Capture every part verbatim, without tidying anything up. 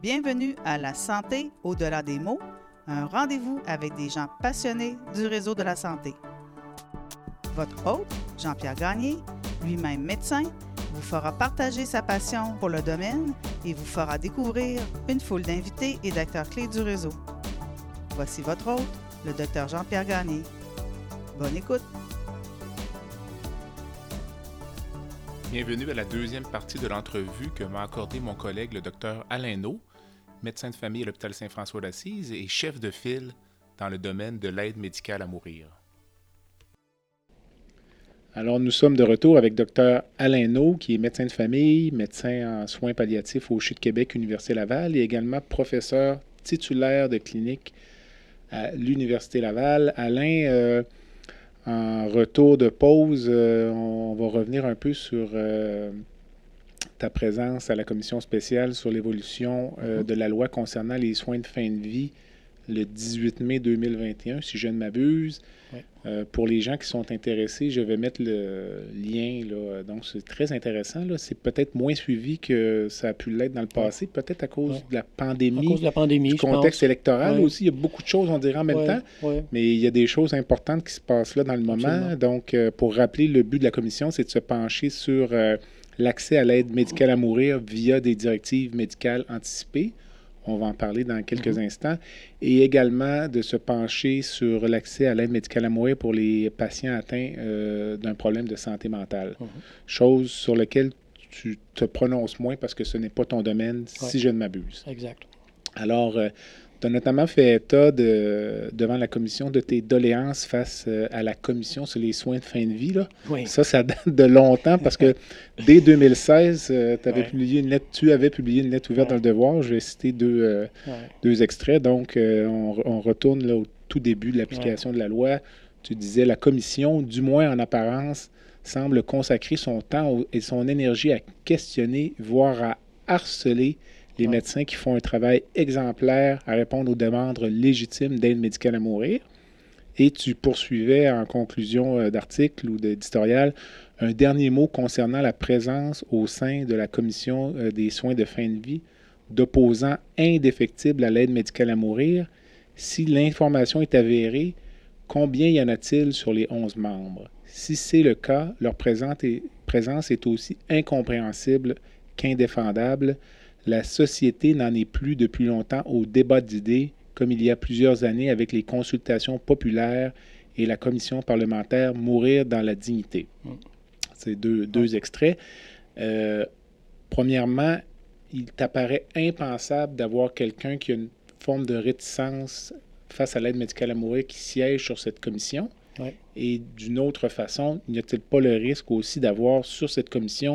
Bienvenue à La santé au-delà des mots, un rendez-vous avec des gens passionnés du réseau de la santé. Votre hôte, Jean-Pierre Gagné, lui-même médecin, vous fera partager sa passion pour le domaine et vous fera découvrir une foule d'invités et d'acteurs clés du réseau. Voici votre hôte, le docteur Jean-Pierre Gagné. Bonne écoute! Bienvenue à la deuxième partie de l'entrevue que m'a accordé mon collègue, le docteur Alain Naud, médecin de famille à l'hôpital Saint-François d'Assise et chef de file dans le domaine de l'aide médicale à mourir. Alors, nous sommes de retour avec docteur Alain Naud, qui est médecin de famille, médecin en soins palliatifs au C H U de Québec, Université Laval, et également professeur titulaire de clinique à l'Université Laval. Alain, euh, en retour de pause, euh, on va revenir un peu sur euh, ta présence à la commission spéciale sur l'évolution euh, de la loi concernant les soins de fin de vie le dix-huit mai deux mille vingt et un, si je ne m'abuse. Oui. Euh, pour les gens qui sont intéressés, je vais mettre le lien. Là. Donc, c'est très intéressant. Là. C'est peut-être moins suivi que ça a pu l'être dans le passé, oui. peut-être à cause oui. de la pandémie, à cause de la pandémie, du contexte pense. électoral oui. aussi. Il y a beaucoup de choses, on dirait, en même oui. temps. Oui. Mais il y a des choses importantes qui se passent là dans le moment. Absolument. Donc, euh, pour rappeler, le but de la commission, c'est de se pencher sur euh, l'accès à l'aide médicale à mourir via des directives médicales anticipées. On va en parler dans quelques mm-hmm. instants. Et également de se pencher sur l'accès à l'aide médicale à mourir pour les patients atteints euh, d'un problème de santé mentale. Mm-hmm. Chose sur laquelle tu te prononces moins parce que ce n'est pas ton domaine, ouais. si je ne m'abuse. Exact. Alors, euh, tu as notamment fait état de, devant la commission de tes doléances face euh, à la commission sur les soins de fin de vie. Là. Oui. Ça, ça date de longtemps parce que dès deux mille seize, euh, ouais. publié une lettre, tu avais publié une lettre ouverte ouais. dans le Devoir. Je vais citer deux, euh, ouais. deux extraits. Donc, euh, on, on retourne là, au tout début de l'application ouais. de la loi. Tu disais, la commission, du moins en apparence, semble consacrer son temps et son énergie à questionner, voire à harceler les ouais. médecins qui font un travail exemplaire à répondre aux demandes légitimes d'aide médicale à mourir. Et tu poursuivais en conclusion euh, d'article ou d'éditorial un dernier mot concernant la présence au sein de la commission euh, des soins de fin de vie d'opposants indéfectibles à l'aide médicale à mourir. Si l'information est avérée, combien y en a-t-il sur les onze membres? Si c'est le cas, leur présence est, présence est aussi incompréhensible qu'indéfendable. La société n'en est plus depuis longtemps au débat d'idées, comme il y a plusieurs années avec les consultations populaires et la commission parlementaire Mourir dans la dignité. Mm. C'est deux, deux extraits. Euh, premièrement, il t'apparaît impensable d'avoir quelqu'un qui a une forme de réticence face à l'aide médicale à mourir qui siège sur cette commission. Ouais. Et d'une autre façon, n'y a-t-il pas le risque aussi d'avoir sur cette commission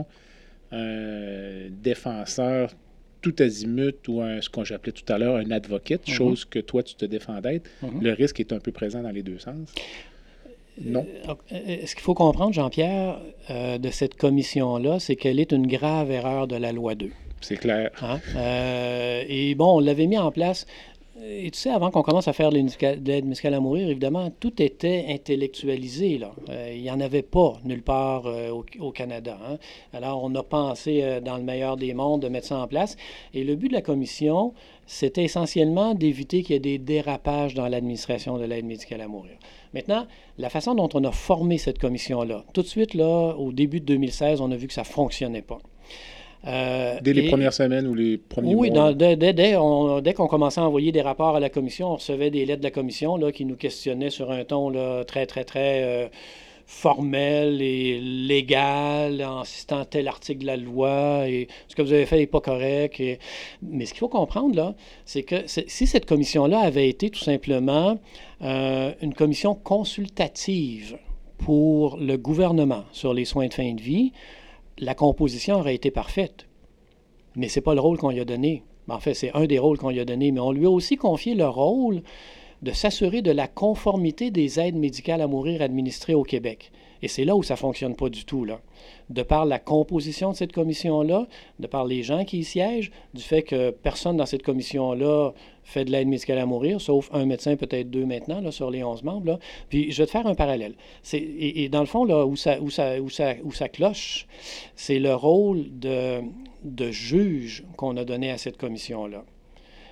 un défenseur tout azimut ou un, ce qu'on j'appelais tout à l'heure un advocate, mm-hmm. chose que toi, tu te défends d'être, mm-hmm. le risque est un peu présent dans les deux sens. Non. Euh, ce qu'il faut comprendre, Jean-Pierre, euh, de cette commission-là, c'est qu'elle est une grave erreur de la loi deux. C'est clair. Hein? Euh, et bon, on l'avait mis en place. Et tu sais, avant qu'on commence à faire de l'aide médicale à mourir, évidemment, tout était intellectualisé. Là. Euh, il n'y en avait pas nulle part euh, au, au Canada. Hein. Alors, on a pensé, euh, dans le meilleur des mondes, de mettre ça en place. Et le but de la commission, c'était essentiellement d'éviter qu'il y ait des dérapages dans l'administration de l'aide médicale à mourir. Maintenant, la façon dont on a formé cette commission-là, tout de suite, là, au début de deux mille seize, on a vu que ça ne fonctionnait pas. Euh, dès les et, premières semaines ou les premiers oui, mois? Oui, dès, dès, dès, on, dès qu'on commençait à envoyer des rapports à la commission, on recevait des lettres de la commission là, qui nous questionnaient sur un ton là, très, très, très euh, formel et légal, en citant tel article de la loi, et ce que vous avez fait n'est pas correct. Et... Mais ce qu'il faut comprendre, là, c'est que c'est, si cette commission-là avait été tout simplement euh, une commission consultative pour le gouvernement sur les soins de fin de vie, la composition aurait été parfaite. Mais ce n'est pas le rôle qu'on lui a donné. En fait, c'est un des rôles qu'on lui a donné, mais on lui a aussi confié le rôle de s'assurer de la conformité des aides médicales à mourir administrées au Québec. Et c'est là où ça ne fonctionne pas du tout, là. De par la composition de cette commission-là, de par les gens qui y siègent, du fait que personne dans cette commission-là fait de l'aide médicale à mourir, sauf un médecin, peut-être deux maintenant, là, sur les onze membres. Là. Puis je vais te faire un parallèle. C'est, et, et dans le fond, là, où ça, où ça, où ça, où ça cloche, c'est le rôle de, de juge qu'on a donné à cette commission-là.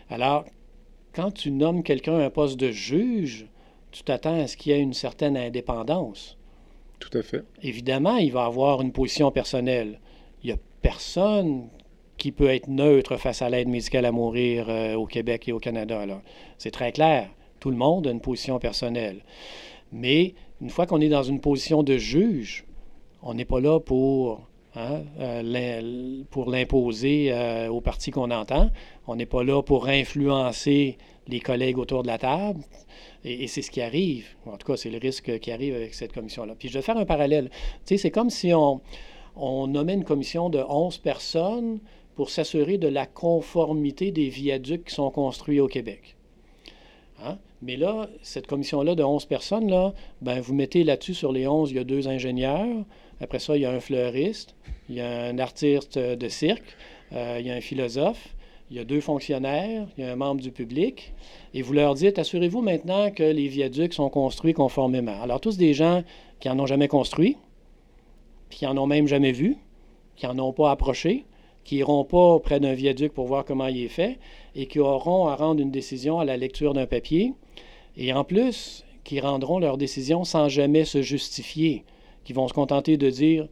Alors, quand tu nommes quelqu'un à un poste de juge, tu t'attends à ce qu'il y ait une certaine indépendance. Tout à fait. Évidemment, il va avoir une position personnelle. Il n'y a personne qui peut être neutre face à l'aide médicale à mourir euh, au Québec et au Canada, là. C'est très clair. Tout le monde a une position personnelle. Mais une fois qu'on est dans une position de juge, on n'est pas là pour, hein, euh, pour l'imposer euh, au parti qu'on entend. On n'est pas là pour influencer les collègues autour de la table. Et, et c'est ce qui arrive. En tout cas, c'est le risque qui arrive avec cette commission-là. Puis je vais faire un parallèle. Tu sais, c'est comme si on, on nommait une commission de onze personnes pour s'assurer de la conformité des viaducs qui sont construits au Québec. Hein? Mais là, cette commission-là de onze personnes, là, ben, vous mettez là-dessus, sur les onze, il y a deux ingénieurs. Après ça, il y a un fleuriste, il y a un artiste de cirque, euh, il y a un philosophe, il y a deux fonctionnaires, il y a un membre du public. Et vous leur dites, assurez-vous maintenant que les viaducs sont construits conformément. Alors, tous des gens qui n'en ont jamais construit, puis qui n'en ont même jamais vu, qui n'en ont pas approché, qui n'iront pas près d'un viaduc pour voir comment il est fait et qui auront à rendre une décision à la lecture d'un papier. Et en plus, qui rendront leur décision sans jamais se justifier, qui vont se contenter de dire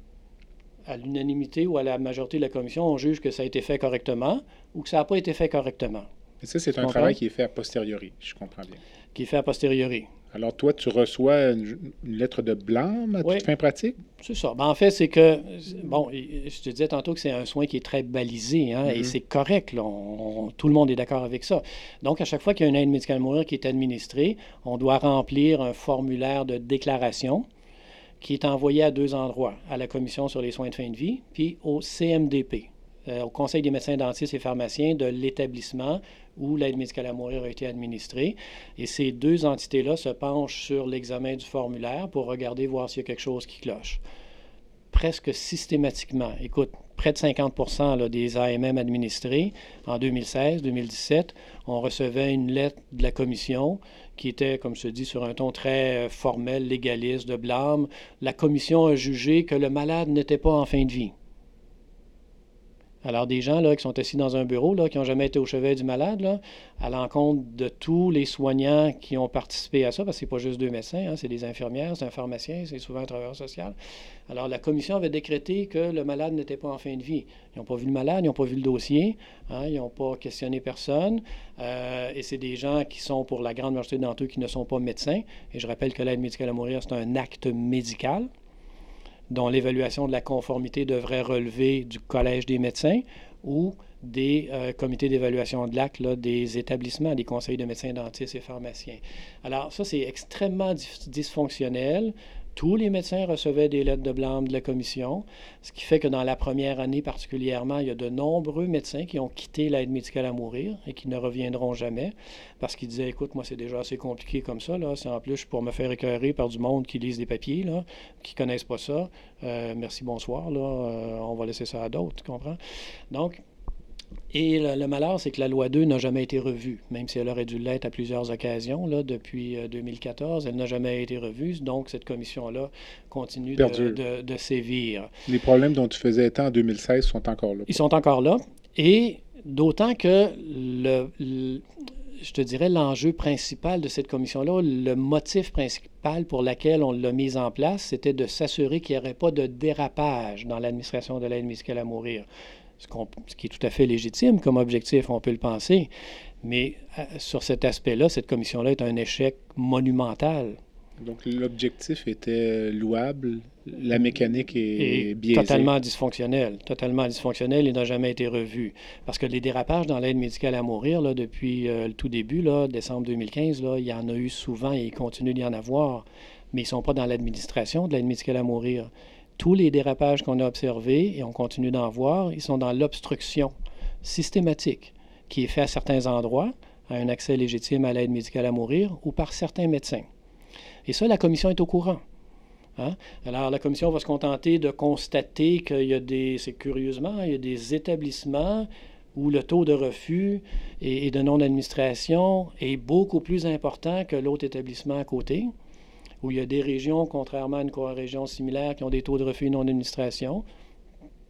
à l'unanimité ou à la majorité de la commission, on juge que ça a été fait correctement ou que ça n'a pas été fait correctement. Et ça, c'est un travail qui est fait a posteriori, je comprends bien. Qui est fait a posteriori. Alors, toi, tu reçois une, une lettre de blâme à oui, toute fin pratique? C'est ça. Ben, en fait, c'est que, bon, je te disais tantôt que c'est un soin qui est très balisé, hein, mm-hmm. et c'est correct. Là, on, on, tout le monde est d'accord avec ça. Donc, à chaque fois qu'il y a une aide médicale à mourir qui est administrée, on doit remplir un formulaire de déclaration qui est envoyé à deux endroits, à la Commission sur les soins de fin de vie, puis au C M D P, euh, au Conseil des médecins dentistes et pharmaciens de l'établissement où l'aide médicale à mourir a été administrée. Et ces deux entités-là se penchent sur l'examen du formulaire pour regarder, voir s'il y a quelque chose qui cloche. Presque systématiquement, écoute, près de cinquante pour cent là, des A M M administrés en deux mille seize deux mille dix-sept, on recevait une lettre de la Commission qui était, comme je te dis, sur un ton très formel, légaliste, de blâme. La Commission a jugé que le malade n'était pas en fin de vie. Alors, des gens là, qui sont assis dans un bureau, là, qui n'ont jamais été au chevet du malade, là, à l'encontre de tous les soignants qui ont participé à ça, parce que ce n'est pas juste deux médecins, hein, c'est des infirmières, c'est un pharmacien, c'est souvent un travailleur social. Alors, la commission avait décrété que le malade n'était pas en fin de vie. Ils n'ont pas vu le malade, ils n'ont pas vu le dossier, hein, ils n'ont pas questionné personne. Euh, et c'est des gens qui sont, pour la grande majorité d'entre eux, qui ne sont pas médecins. Et je rappelle que l'aide médicale à mourir, c'est un acte médical dont l'évaluation de la conformité devrait relever du Collège des médecins ou des euh, comités d'évaluation de l'acte là, des établissements, des conseils de médecins, dentistes et pharmaciens. Alors ça, c'est extrêmement dis- dysfonctionnel. Tous les médecins recevaient des lettres de blâme de la commission, ce qui fait que dans la première année particulièrement, il y a de nombreux médecins qui ont quitté l'aide médicale à mourir et qui ne reviendront jamais parce qu'ils disaient, écoute, moi, c'est déjà assez compliqué comme ça, là. C'est en plus pour me faire écœurer par du monde qui lise des papiers, là, qui ne connaissent pas ça. Euh, merci, bonsoir, là, euh, on va laisser ça à d'autres, tu comprends? Donc, et le, le malheur, c'est que la loi deux n'a jamais été revue, même si elle aurait dû l'être à plusieurs occasions. Là, depuis euh, deux mille quatorze, elle n'a jamais été revue. Donc, cette commission-là continue de, de, de sévir. Les problèmes dont tu faisais état en deux mille seize sont encore là. Ils sont encore là. Et d'autant que, le, le, je te dirais, l'enjeu principal de cette commission-là, le motif principal pour lequel on l'a mise en place, c'était de s'assurer qu'il n'y aurait pas de dérapage dans l'administration de l'aide médicale à mourir. Ce, ce qui est tout à fait légitime comme objectif, on peut le penser. Mais euh, sur cet aspect-là, cette commission-là est un échec monumental. Donc l'objectif était louable, la mécanique est et biaisée. Totalement dysfonctionnelle. Totalement dysfonctionnelle et n'a jamais été revue. Parce que les dérapages dans l'aide médicale à mourir, là, depuis euh, le tout début, là, décembre deux mille quinze, là, il y en a eu souvent et il continue d'y en avoir. Mais ils ne sont pas dans l'administration de l'aide médicale à mourir. Tous les dérapages qu'on a observés, et on continue d'en voir, ils sont dans l'obstruction systématique qui est faite à certains endroits, à un accès légitime à l'aide médicale à mourir, ou par certains médecins. Et ça, la commission est au courant. Hein? Alors, la commission va se contenter de constater qu'il y a des, c'est curieusement, il y a des établissements où le taux de refus et, et de non-administration est beaucoup plus important que l'autre établissement à côté, où il y a des régions, contrairement à une co-région similaire, qui ont des taux de refus et non-administration.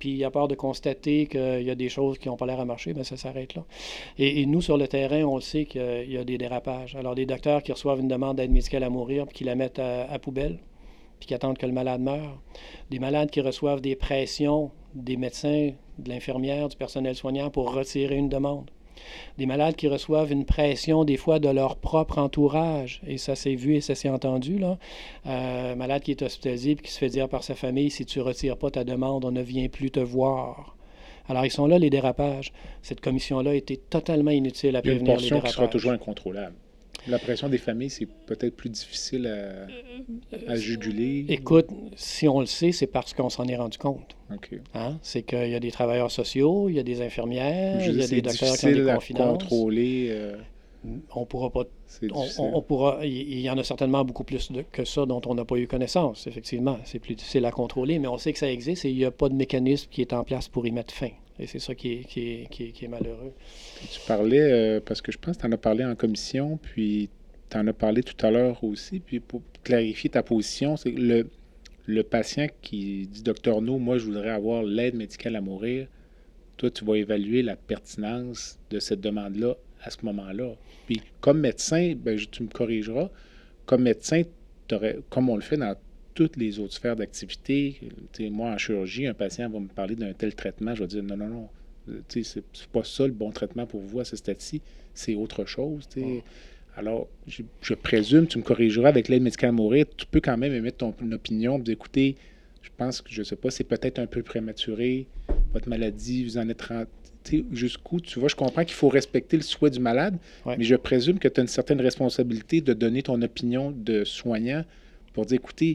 puis à part de constater qu'il y a des choses qui n'ont pas l'air à marcher, bien, ça s'arrête là. Et, et nous, sur le terrain, on le sait qu'il y a des dérapages. Alors, des docteurs qui reçoivent une demande d'aide médicale à mourir, puis qui la mettent à, à poubelle, puis qui attendent que le malade meure. Des malades qui reçoivent des pressions des médecins, de l'infirmière, du personnel soignant pour retirer une demande. Des malades qui reçoivent une pression des fois de leur propre entourage, et ça s'est vu et ça s'est entendu, là. Euh, malade qui est hospitalisé et qui se fait dire par sa famille, si tu ne retires pas ta demande, on ne vient plus te voir. Alors, ils sont là, les dérapages. Cette commission-là était totalement inutile à prévenir les dérapages. Il y a une portion qui sera toujours incontrôlable. La pression des familles, c'est peut-être plus difficile à, à juguler. Écoute, si on le sait, c'est parce qu'on s'en est rendu compte. Okay. Hein? C'est qu'il y a des travailleurs sociaux, il y a des infirmières, il y a des docteurs qui ont des confidences. C'est difficile à contrôler. Euh... On pourra pas... On, on, on pourra, il y en a certainement beaucoup plus de, que ça dont on n'a pas eu connaissance, effectivement. C'est plus difficile à contrôler, mais on sait que ça existe et il n'y a pas de mécanisme qui est en place pour y mettre fin. Et c'est ça qui est, qui est, qui est, qui est malheureux. Tu parlais, euh, parce que je pense que tu en as parlé en commission, puis tu en as parlé tout à l'heure aussi, puis pour clarifier ta position, c'est le, le patient qui dit « Docteur No, moi, je voudrais avoir l'aide médicale à mourir », toi, tu vas évaluer la pertinence de cette demande-là à ce moment-là. Puis comme médecin, ben, tu me corrigeras, comme médecin, comme on le fait dans toutes les autres sphères d'activité, moi, en chirurgie, un patient va me parler d'un tel traitement, je vais dire non, non, non, c'est, c'est pas ça le bon traitement pour vous à ce stade-ci, c'est autre chose. Ouais. Alors, je, je présume, tu me corrigeras avec l'aide médicale à mourir, tu peux quand même émettre ton opinion, dire écoutez, je pense que, je sais pas, c'est peut-être un peu prématuré, votre maladie, vous en êtes rentré. Jusqu'où, tu vois, je comprends qu'il faut respecter le souhait du malade, ouais. mais je présume que tu as une certaine responsabilité de donner ton opinion de soignant pour dire, écoutez,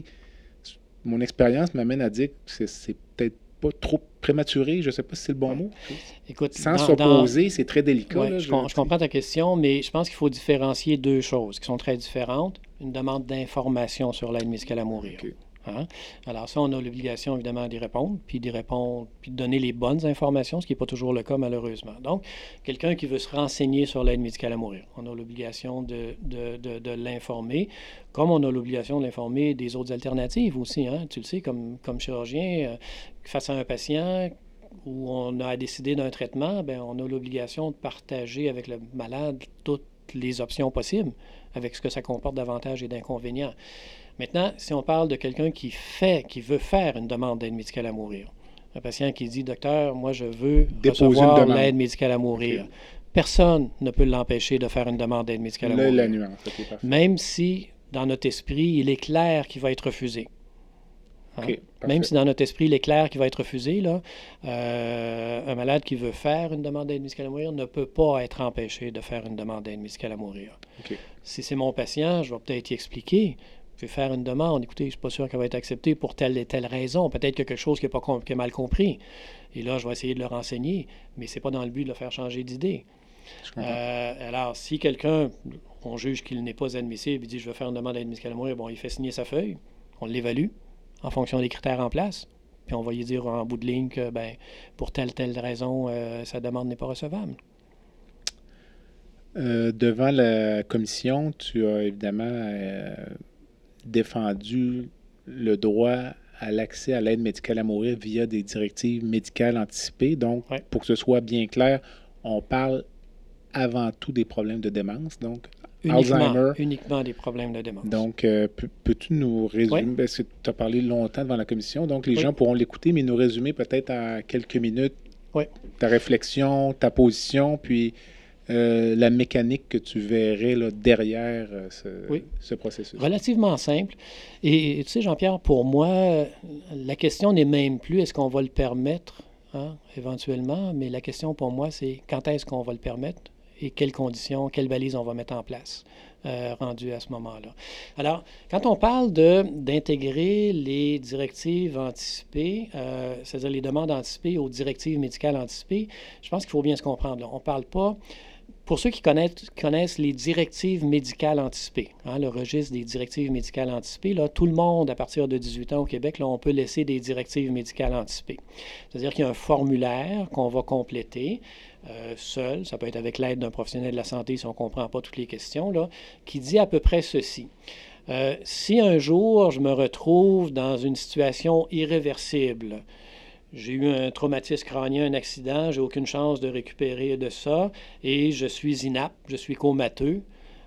mon expérience m'amène à dire que c'est, c'est peut-être pas trop prématuré, je ne sais pas si c'est le bon ouais. mot. Écoute, sans dans, s'opposer, dans... c'est très délicat. Ouais, là, je, je, je comprends ta question, mais je pense qu'il faut différencier deux choses qui sont très différentes. Une demande d'information sur l'aide médicale à mourir. Okay. Hein? Alors ça, on a l'obligation évidemment d'y répondre, puis d'y répondre, puis de donner les bonnes informations, ce qui n'est pas toujours le cas malheureusement. Donc, quelqu'un qui veut se renseigner sur l'aide médicale à mourir, on a l'obligation de, de, de, de l'informer, comme on a l'obligation de l'informer des autres alternatives aussi. Hein? Tu le sais, comme, comme chirurgien, euh, face à un patient où on a décidé d'un traitement, bien, on a l'obligation de partager avec le malade toutes les options possibles, avec ce que ça comporte d'avantages et d'inconvénients. Maintenant, si on parle de quelqu'un qui fait, qui veut faire une demande d'aide médicale à mourir, un patient qui dit « Docteur, moi, je veux Déposer recevoir l'aide médicale à mourir. Okay. » Personne ne peut l'empêcher de faire une demande d'aide médicale à Là, mourir. La nuance, okay, même si, dans notre esprit, il est clair qu'il va être refusé. Hein? Okay, même si, dans notre esprit, il est clair qu'il va être refusé, là, euh, un malade qui veut faire une demande d'aide médicale à mourir ne peut pas être empêché de faire une demande d'aide médicale à mourir. Okay. Si c'est mon patient, je vais peut-être y expliquer. Je vais faire une demande. Écoutez, je ne suis pas sûr qu'elle va être acceptée pour telle et telle raison. Peut-être qu'il y a quelque chose qui est, pas, qui est mal compris. Et là, je vais essayer de le renseigner, mais ce n'est pas dans le but de le faire changer d'idée. Euh, alors, si quelqu'un, on juge qu'il n'est pas admissible, il dit « je veux faire une demande d'aide médicale à mourir », bon, il fait signer sa feuille, on l'évalue en fonction des critères en place, puis on va lui dire en bout de ligne que ben, pour telle telle raison, euh, sa demande n'est pas recevable. Euh, devant la commission, tu as évidemment... Euh... défendu le droit à l'accès à l'aide médicale à mourir via des directives médicales anticipées. Donc, ouais. pour que ce soit bien clair, on parle avant tout des problèmes de démence. Donc, uniquement, Alzheimer. Uniquement des problèmes de démence. Donc, euh, peux, peux-tu nous résumer, ouais. parce que tu as parlé longtemps devant la commission, donc les oui. gens pourront l'écouter, mais nous résumer peut-être en quelques minutes ouais. ta réflexion, ta position, puis... Euh, la mécanique que tu verrais là, derrière euh, ce, oui. ce processus. Relativement simple. Et, et tu sais, Jean-Pierre, pour moi, la question n'est même plus est-ce qu'on va le permettre, hein, éventuellement, mais la question pour moi, c'est quand est-ce qu'on va le permettre et quelles conditions, quelles balises on va mettre en place, euh, rendu à ce moment-là. Alors, quand on parle de, d'intégrer les directives anticipées, euh, c'est-à-dire les demandes anticipées aux directives médicales anticipées, je pense qu'il faut bien se comprendre. Là. On ne parle pas... Pour ceux qui connaissent, connaissent les directives médicales anticipées, hein, le registre des directives médicales anticipées, là, tout le monde, à partir de dix-huit ans au Québec, là, on peut laisser des directives médicales anticipées. C'est-à-dire qu'il y a un formulaire qu'on va compléter euh, seul, ça peut être avec l'aide d'un professionnel de la santé si on ne comprend pas toutes les questions, là, qui dit à peu près ceci. Euh, si un jour je me retrouve dans une situation irréversible, j'ai eu un traumatisme crânien, un accident, j'ai aucune chance de récupérer de ça et je suis inapte, je suis comateux.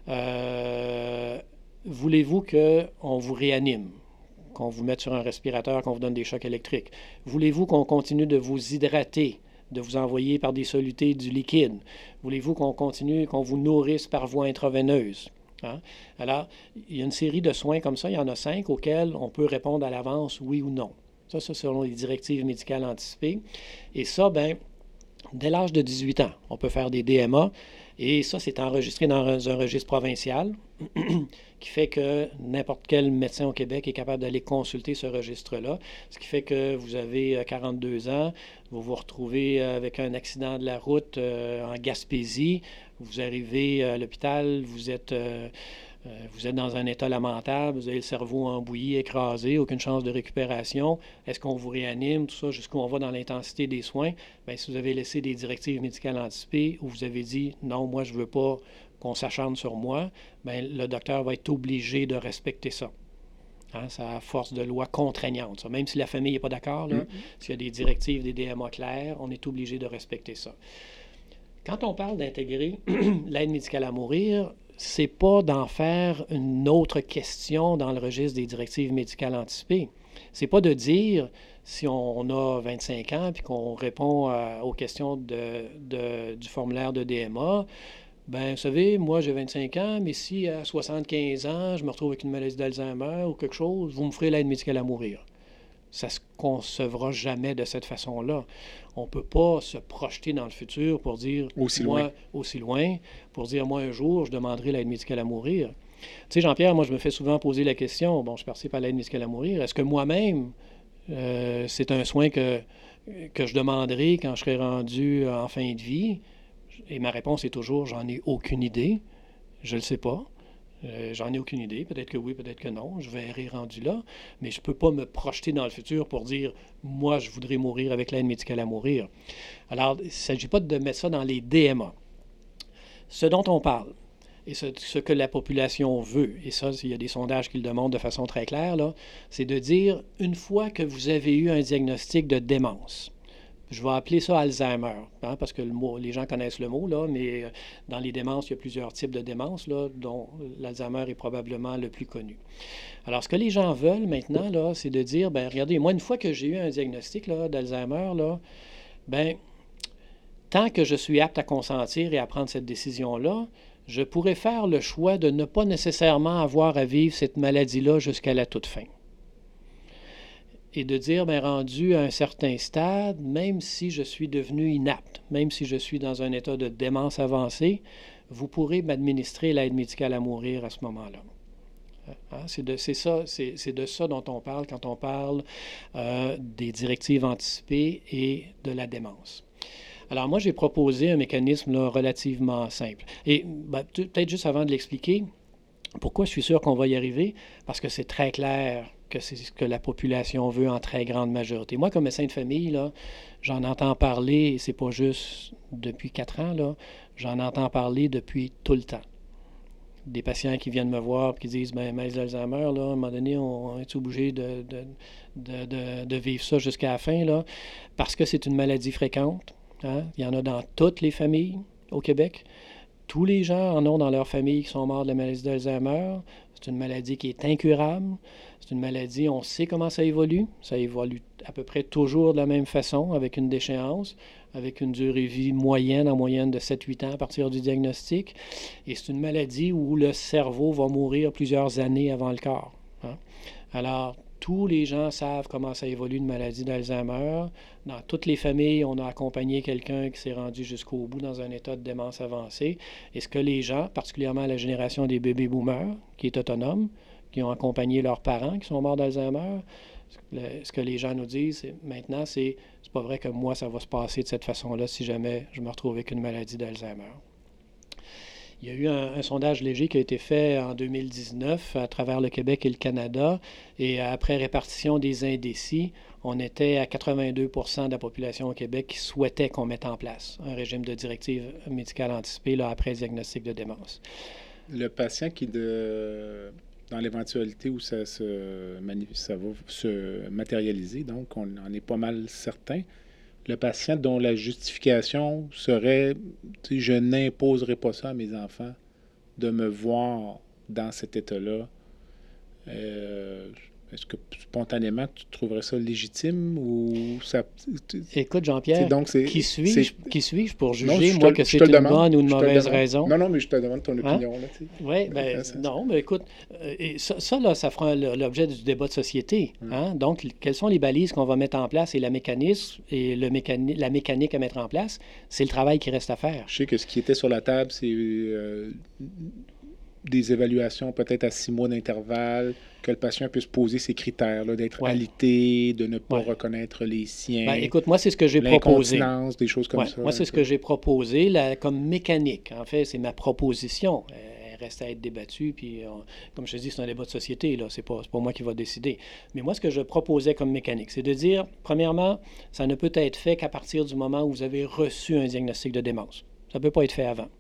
Euh, voulez-vous qu'on vous réanime, qu'on vous mette sur un respirateur, qu'on vous donne des chocs électriques? Voulez-vous qu'on continue de vous hydrater, de vous envoyer par des solutés du liquide? Voulez-vous qu'on continue, qu'on vous nourrisse par voie intraveineuse? Hein? Alors, il y a une série de soins comme ça, il y en a cinq auxquels on peut répondre à l'avance oui ou non. Ça, c'est selon les directives médicales anticipées. Et ça, bien, dès l'âge de dix-huit ans, on peut faire des D M A. Et ça, c'est enregistré dans un registre provincial qui fait que n'importe quel médecin au Québec est capable d'aller consulter ce registre-là. Ce qui fait que vous avez quarante-deux ans, vous vous retrouvez avec un accident de la route euh, en Gaspésie, vous arrivez à l'hôpital, vous êtes... Euh, Euh, vous êtes dans un état lamentable, vous avez le cerveau embouilli, écrasé, aucune chance de récupération. Est-ce qu'on vous réanime, tout ça, jusqu'où on va dans l'intensité des soins? Bien, si vous avez laissé des directives médicales anticipées ou vous avez dit « non, moi, je ne veux pas qu'on s'acharne sur moi », bien, le docteur va être obligé de respecter ça. Hein, c'est à force de loi contraignante. Ça. Même si la famille n'est pas d'accord, là, mm-hmm. s'il y a des directives, des D M A clairs, on est obligé de respecter ça. Quand on parle d'intégrer l'aide médicale à mourir, c'est pas d'en faire une autre question dans le registre des directives médicales anticipées. C'est pas de dire, si on a vingt-cinq ans puis qu'on répond à, aux questions de, de, du formulaire de D M A, bien, vous savez, moi, j'ai vingt-cinq ans, mais si à soixante-quinze ans, je me retrouve avec une maladie d'Alzheimer ou quelque chose, vous me ferez l'aide médicale à mourir. Ça ne se concevra jamais de cette façon-là. On ne peut pas se projeter dans le futur pour dire, aussi moi, loin. aussi loin, pour dire, moi, un jour, je demanderai l'aide médicale à mourir. Tu sais, Jean-Pierre, moi, je me fais souvent poser la question, bon, je participe à l'aide médicale à mourir, est-ce que moi-même, euh, c'est un soin que, que je demanderai quand je serai rendu en fin de vie? Et ma réponse est toujours, j'en ai aucune idée, je ne le sais pas. Euh, j'en ai aucune idée. Peut-être que oui, peut-être que non. Je verrai rendu là. Mais je ne peux pas me projeter dans le futur pour dire « moi, je voudrais mourir avec l'aide médicale à mourir ». Alors, il ne s'agit pas de mettre ça dans les D M A. Ce dont on parle et ce, ce que la population veut, et ça, il y a des sondages qui le demandent de façon très claire, là, c'est de dire, une fois que vous avez eu un diagnostic de démence, je vais appeler ça Alzheimer, hein, parce que le mot, les gens connaissent le mot, là, mais dans les démences, il y a plusieurs types de démences, là, dont l'Alzheimer est probablement le plus connu. Alors, ce que les gens veulent maintenant, là, c'est de dire, bien, regardez, moi, une fois que j'ai eu un diagnostic là, d'Alzheimer, là, bien, tant que je suis apte à consentir et à prendre cette décision-là, je pourrais faire le choix de ne pas nécessairement avoir à vivre cette maladie-là jusqu'à la toute fin. Et de dire, bien, rendu à un certain stade, même si je suis devenu inapte, même si je suis dans un état de démence avancée, vous pourrez m'administrer l'aide médicale à mourir à ce moment-là. Hein? C'est, de, c'est, ça, c'est, c'est de ça dont on parle quand on parle euh, des directives anticipées et de la démence. Alors moi, j'ai proposé un mécanisme là, relativement simple. Et ben, peut-être juste avant de l'expliquer, pourquoi je suis sûr qu'on va y arriver? Parce que c'est très clair que c'est ce que la population veut en très grande majorité. Moi, comme médecin de famille, là, j'en entends parler, et c'est pas juste depuis quatre ans, là, j'en entends parler depuis tout le temps. Des patients qui viennent me voir et qui disent, bien, maladie d'Alzheimer, là, à un moment donné, on est obligé de, de, de, de, de vivre ça jusqu'à la fin, là, parce que c'est une maladie fréquente. Hein? Il y en a dans toutes les familles au Québec. Tous les gens en ont dans leur famille qui sont morts de la maladie d'Alzheimer. C'est une maladie qui est incurable. C'est une maladie, on sait comment ça évolue. Ça évolue à peu près toujours de la même façon, avec une déchéance, avec une durée de vie moyenne, en moyenne de sept à huit ans à partir du diagnostic. Et c'est une maladie où le cerveau va mourir plusieurs années avant le corps. Hein? Alors, tous les gens savent comment ça évolue une maladie d'Alzheimer. Dans toutes les familles, on a accompagné quelqu'un qui s'est rendu jusqu'au bout dans un état de démence avancée. Et ce que les gens, particulièrement la génération des baby boomers, qui est autonome, qui ont accompagné leurs parents qui sont morts d'Alzheimer, ce que les gens nous disent c'est, maintenant, c'est c'est pas vrai que moi, ça va se passer de cette façon-là si jamais je me retrouve avec une maladie d'Alzheimer. Il y a eu un, un sondage léger qui a été fait en deux mille dix-neuf à travers le Québec et le Canada. Et après répartition des indécis, on était à quatre-vingt-deux pour cent de la population au Québec qui souhaitait qu'on mette en place un régime de directive médicale anticipée là, après diagnostic de démence. Le patient qui, de, dans l'éventualité où ça, se, ça va se matérialiser, donc on en est pas mal certain, le patient dont la justification serait, tu sais, je n'imposerai pas ça à mes enfants, de me voir dans cet état-là, euh, est-ce que spontanément tu trouverais ça légitime ou ça... Écoute, Jean-Pierre, donc c'est, qui suis-je qui suis-je pour juger, non, moi, te, que c'est une demande, bonne ou une mauvaise raison? Non, non, mais je te demande ton opinion. Hein? Oui, bien, non, mais écoute, et ça, ça, là, ça fera l'objet du débat de société. Hum. Hein? Donc, quelles sont les balises qu'on va mettre en place et, la mécanisme, et le mécani- la mécanique à mettre en place? C'est le travail qui reste à faire. Je sais que ce qui était sur la table, c'est... Euh, des évaluations peut-être à six mois d'intervalle, que le patient puisse poser ses critères, là, d'être ouais. alité, de ne pas ouais. reconnaître les siens. Ben, écoute, moi, c'est ce que j'ai proposé. L'incontinence, des choses comme ouais. ça. Moi, c'est ce peu. que j'ai proposé là, comme mécanique. En fait, c'est ma proposition. Elle reste à être débattue. Puis, on, comme je te dis, c'est un débat de société. Là. C'est pas, c'est pas moi qui va décider. Mais moi, ce que je proposais comme mécanique, c'est de dire, premièrement, ça ne peut être fait qu'à partir du moment où vous avez reçu un diagnostic de démence. Ça ne peut pas être fait avant.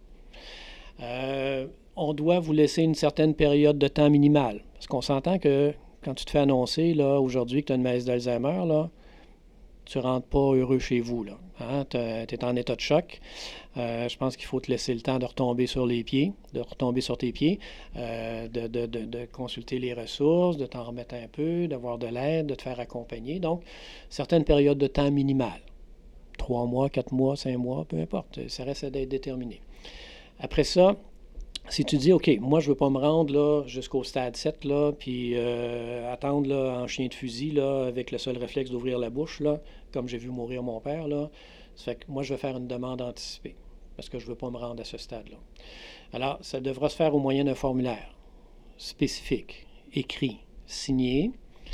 Euh, on doit vous laisser une certaine période de temps minimale. Parce qu'on s'entend que quand tu te fais annoncer là, aujourd'hui que tu as une maladie d'Alzheimer, là, tu ne rentres pas heureux chez vous. Là. Hein? Tu es en état de choc. Euh, je pense qu'il faut te laisser le temps de retomber sur les pieds, de retomber sur tes pieds, euh, de, de, de, de consulter les ressources, de t'en remettre un peu, d'avoir de l'aide, de te faire accompagner. Donc, certaines périodes de temps minimales. Trois mois, quatre mois, cinq mois, peu importe. Ça reste à d'être déterminé. Après ça, si tu dis, OK, moi, je ne veux pas me rendre là, jusqu'au stade sept, là, puis euh, attendre là, en chien de fusil, là, avec le seul réflexe d'ouvrir la bouche, là, comme j'ai vu mourir mon père, là, ça fait que moi, je vais faire une demande anticipée, parce que je ne veux pas me rendre à ce stade-là. Alors, ça devra se faire au moyen d'un formulaire spécifique, écrit, signé,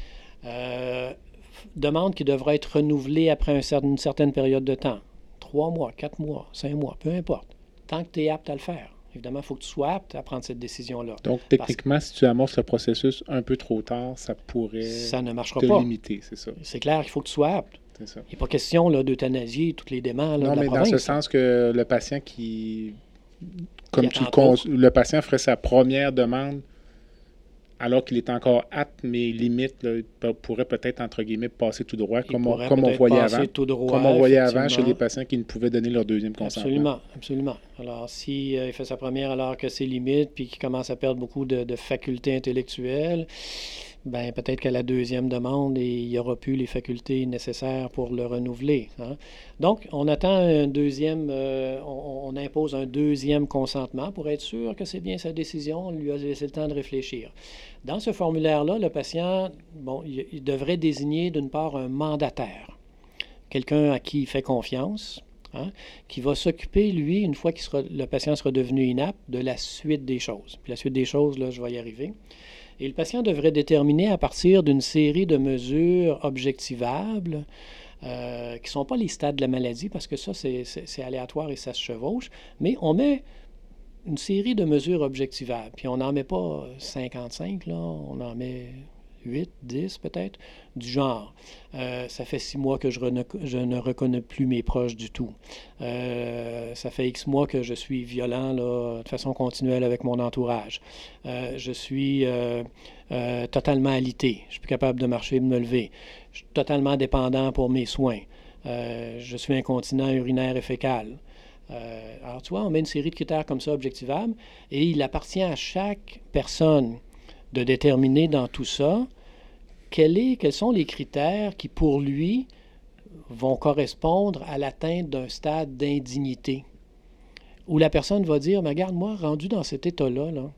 euh, demande qui devra être renouvelée après un certain, une certaine période de temps, trois mois, quatre mois, cinq mois, peu importe, tant que tu es apte à le faire. Évidemment, il faut que tu sois apte à prendre cette décision-là. Donc, techniquement, Parce... si tu amorces le processus un peu trop tard, ça pourrait ça ne marchera te pas. limiter, c'est ça. C'est clair qu'il faut que tu sois apte. C'est ça. Il n'est pas question là, d'euthanasier toutes les demandes là, non, de la mais province. dans ce sens que le patient qui... Comme qui tu le, cons... le patient ferait sa première demande alors qu'il est encore apte, mais limite, là, il pourrait peut-être, entre guillemets, passer tout droit, il comme, on, comme on voyait avant. Droit, comme on voyait avant chez les patients qui ne pouvaient donner leur deuxième consentement. Absolument, absolument. Alors, s'il euh, fait sa première alors que c'est limite, puis qu'il commence à perdre beaucoup de, de facultés intellectuelles, ben peut-être qu'à la deuxième demande, il n'y aura plus les facultés nécessaires pour le renouveler. Hein? Donc, on attend un deuxième, euh, on, on impose un deuxième consentement pour être sûr que c'est bien sa décision, on lui a laissé le temps de réfléchir. Dans ce formulaire-là, le patient, bon, il, il devrait désigner d'une part un mandataire, quelqu'un à qui il fait confiance, hein, qui va s'occuper, lui, une fois que le patient sera devenu inapte, de la suite des choses. Puis la suite des choses, là, je vais y arriver. Et le patient devrait déterminer à partir d'une série de mesures objectivables, euh, qui ne sont pas les stades de la maladie, parce que ça, c'est, c'est, c'est aléatoire et ça se chevauche, mais on met une série de mesures objectivables. Puis on n'en met pas cinquante-cinq, là, on en met huit, dix peut-être, du genre. Euh, ça fait six mois que je, rene- je ne reconnais plus mes proches du tout. Euh, ça fait X mois que je suis violent là, de façon continuelle avec mon entourage. Euh, je suis euh, euh, totalement alité. Je suis plus capable de marcher, de me lever. Je suis totalement dépendant pour mes soins. Euh, je suis incontinent urinaire et fécal. Euh, alors, tu vois, on met une série de critères comme ça objectivables et il appartient à chaque personne de déterminer dans tout ça quel est, quels sont les critères qui, pour lui, vont correspondre à l'atteinte d'un stade d'indignité. Où la personne va dire, mais regarde, moi, rendu dans cet état-là, là,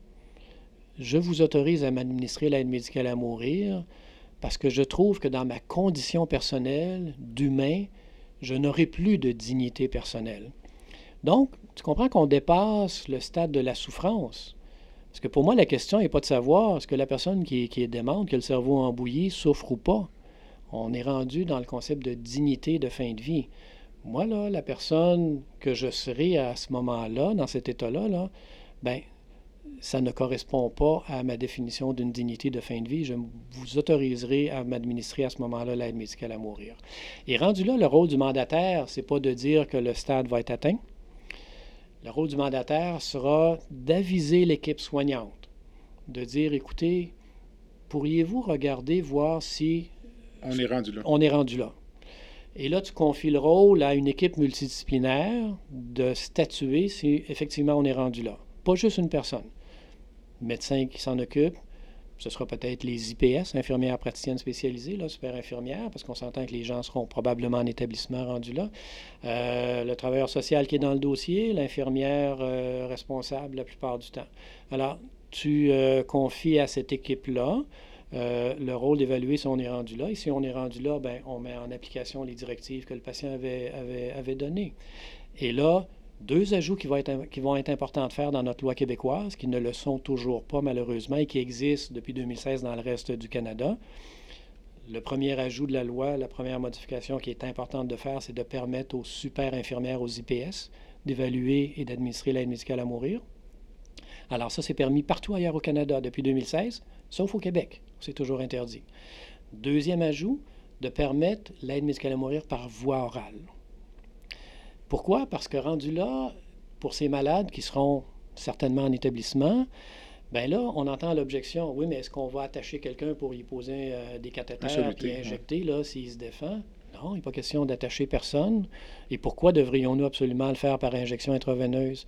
je vous autorise à m'administrer l'aide médicale à mourir parce que je trouve que dans ma condition personnelle d'humain, je n'aurai plus de dignité personnelle. Donc, tu comprends qu'on dépasse le stade de la souffrance. Parce que pour moi, la question n'est pas de savoir est-ce que la personne qui est, qui est démente, qui a le cerveau embouillé, souffre ou pas. On est rendu dans le concept de dignité de fin de vie. Moi, là, la personne que je serai à ce moment-là, dans cet état-là, là, ben, ça ne correspond pas à ma définition d'une dignité de fin de vie. Je vous autoriserai à m'administrer à ce moment-là l'aide médicale à mourir. Et rendu là, le rôle du mandataire, c'est pas de dire que le stade va être atteint. Le rôle du mandataire sera d'aviser l'équipe soignante de dire, écoutez, pourriez-vous regarder, voir si... On est rendu là. On est rendu là. Et là, tu confies le rôle à une équipe multidisciplinaire de statuer si effectivement on est rendu là. Pas juste une personne. Médecin qui s'en occupe, ce sera peut-être les I P S, infirmières praticiennes spécialisées, là, super infirmières, parce qu'on s'entend que les gens seront probablement en établissement rendus là. Euh, le travailleur social qui est dans le dossier, l'infirmière euh, responsable la plupart du temps. Alors, tu euh, confies à cette équipe-là euh, le rôle d'évaluer si on est rendu là. Et si on est rendu là, bien, on met en application les directives que le patient avait, avait, avait données. Et là, deux ajouts qui vont, être, qui vont être importants de faire dans notre loi québécoise, qui ne le sont toujours pas malheureusement et qui existent depuis deux mille seize dans le reste du Canada. Le premier ajout de la loi, la première modification qui est importante de faire, c'est de permettre aux super infirmières, aux I P S, d'évaluer et d'administrer l'aide médicale à mourir. Alors ça, c'est permis partout ailleurs au Canada depuis deux mille seize, sauf au Québec. C'est toujours interdit. Deuxième ajout, de permettre l'aide médicale à mourir par voie orale. Pourquoi? Parce que rendu là, pour ces malades qui seront certainement en établissement, bien là, on entend l'objection. Oui, mais est-ce qu'on va attacher quelqu'un pour y poser euh, des cathéters et injecter, là, s'il se défend? Non, il n'est pas question d'attacher personne. Et pourquoi devrions-nous absolument le faire par injection intraveineuse?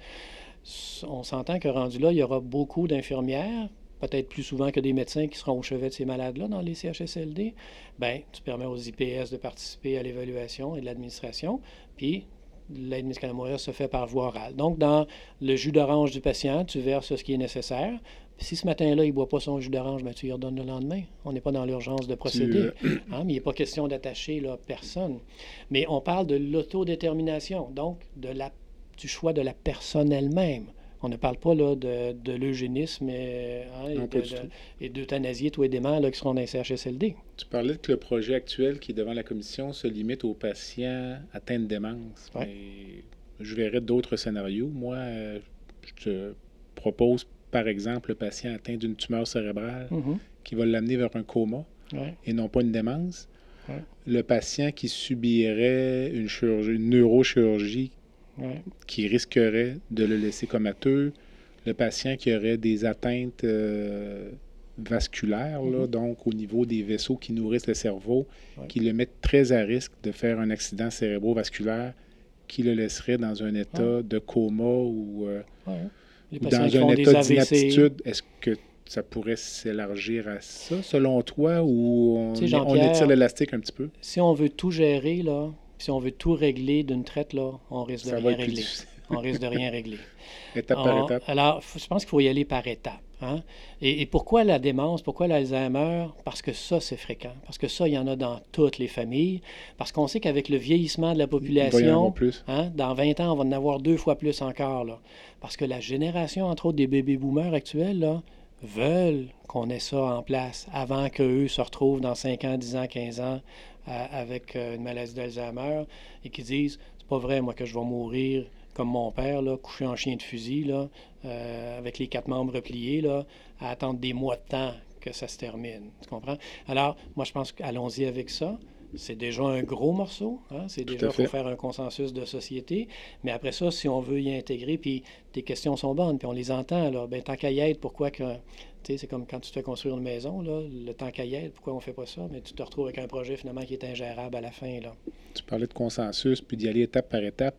On s'entend que rendu là, il y aura beaucoup d'infirmières, peut-être plus souvent que des médecins qui seront au chevet de ces malades-là dans les C H S L D. Bien, tu permets aux I P S de participer à l'évaluation et de l'administration, puis l'aide médicale à mourir se fait par voie orale. Donc, dans le jus d'orange du patient, tu verses ce qui est nécessaire. Puis si ce matin-là, il ne boit pas son jus d'orange, bien, tu lui redonnes le lendemain. On n'est pas dans l'urgence de procéder. Tu... Hein, mais il n'est pas question d'attacher là, personne. Mais on parle de l'autodétermination, donc de la, du choix de la personne elle-même. On ne parle pas là, de, de l'eugénisme et, hein, et, de, de, et d'euthanasie, tous les déments là, qui seront dans les C H S L D. Tu parlais que le projet actuel qui est devant la commission se limite aux patients atteints de démence. Ouais. Mais je verrais d'autres scénarios. Moi, euh, je te propose, par exemple, le patient atteint d'une tumeur cérébrale mm-hmm. qui va l'amener vers un coma ouais. et non pas une démence. Ouais. Le patient qui subirait une, chirurgie, une neurochirurgie Ouais. qui risquerait de le laisser comateux, le patient qui aurait des atteintes euh, vasculaires, mm-hmm. là, donc au niveau des vaisseaux qui nourrissent le cerveau, ouais. qui le mettent très à risque de faire un accident cérébrovasculaire qui le laisserait dans un état ouais. de coma ou, euh, ouais. ou dans un état d'inaptitude. Est-ce que ça pourrait s'élargir à ça, selon toi, ou on, on étire l'élastique un petit peu? Si on veut tout gérer, là, si on veut tout régler d'une traite, là, on risque de ça rien régler. On risque de rien régler. Étape on, par étape. Alors, je pense qu'il faut y aller par étapes. Hein? Et, et pourquoi la démence, pourquoi l'Alzheimer? Parce que ça, c'est fréquent. Parce que ça, il y en a dans toutes les familles. Parce qu'on sait qu'avec le vieillissement de la population, hein, dans vingt ans, on va en avoir deux fois plus encore. Là. Parce que la génération, entre autres, des baby-boomers actuels, là, veulent qu'on ait ça en place avant qu'eux se retrouvent dans cinq ans, dix ans, quinze ans euh, avec euh, une maladie d'Alzheimer et qui disent « c'est pas vrai, moi, que je vais mourir comme mon père, là, couché en chien de fusil, là, euh, avec les quatre membres repliés, là, à attendre des mois de temps que ça se termine. » Tu comprends? Alors, moi, je pense qu'allons-y avec ça. C'est déjà un gros morceau. Hein? C'est déjà, il faut faire un consensus de société. Mais après ça, si on veut y intégrer, puis tes questions sont bonnes, puis on les entend, là, bien, tant qu'à y être, pourquoi que... Tu sais, c'est comme quand tu te fais construire une maison, là, le temps qu'à y être, pourquoi on ne fait pas ça? Mais tu te retrouves avec un projet, finalement, qui est ingérable à la fin, là. Tu parlais de consensus, puis d'y aller étape par étape,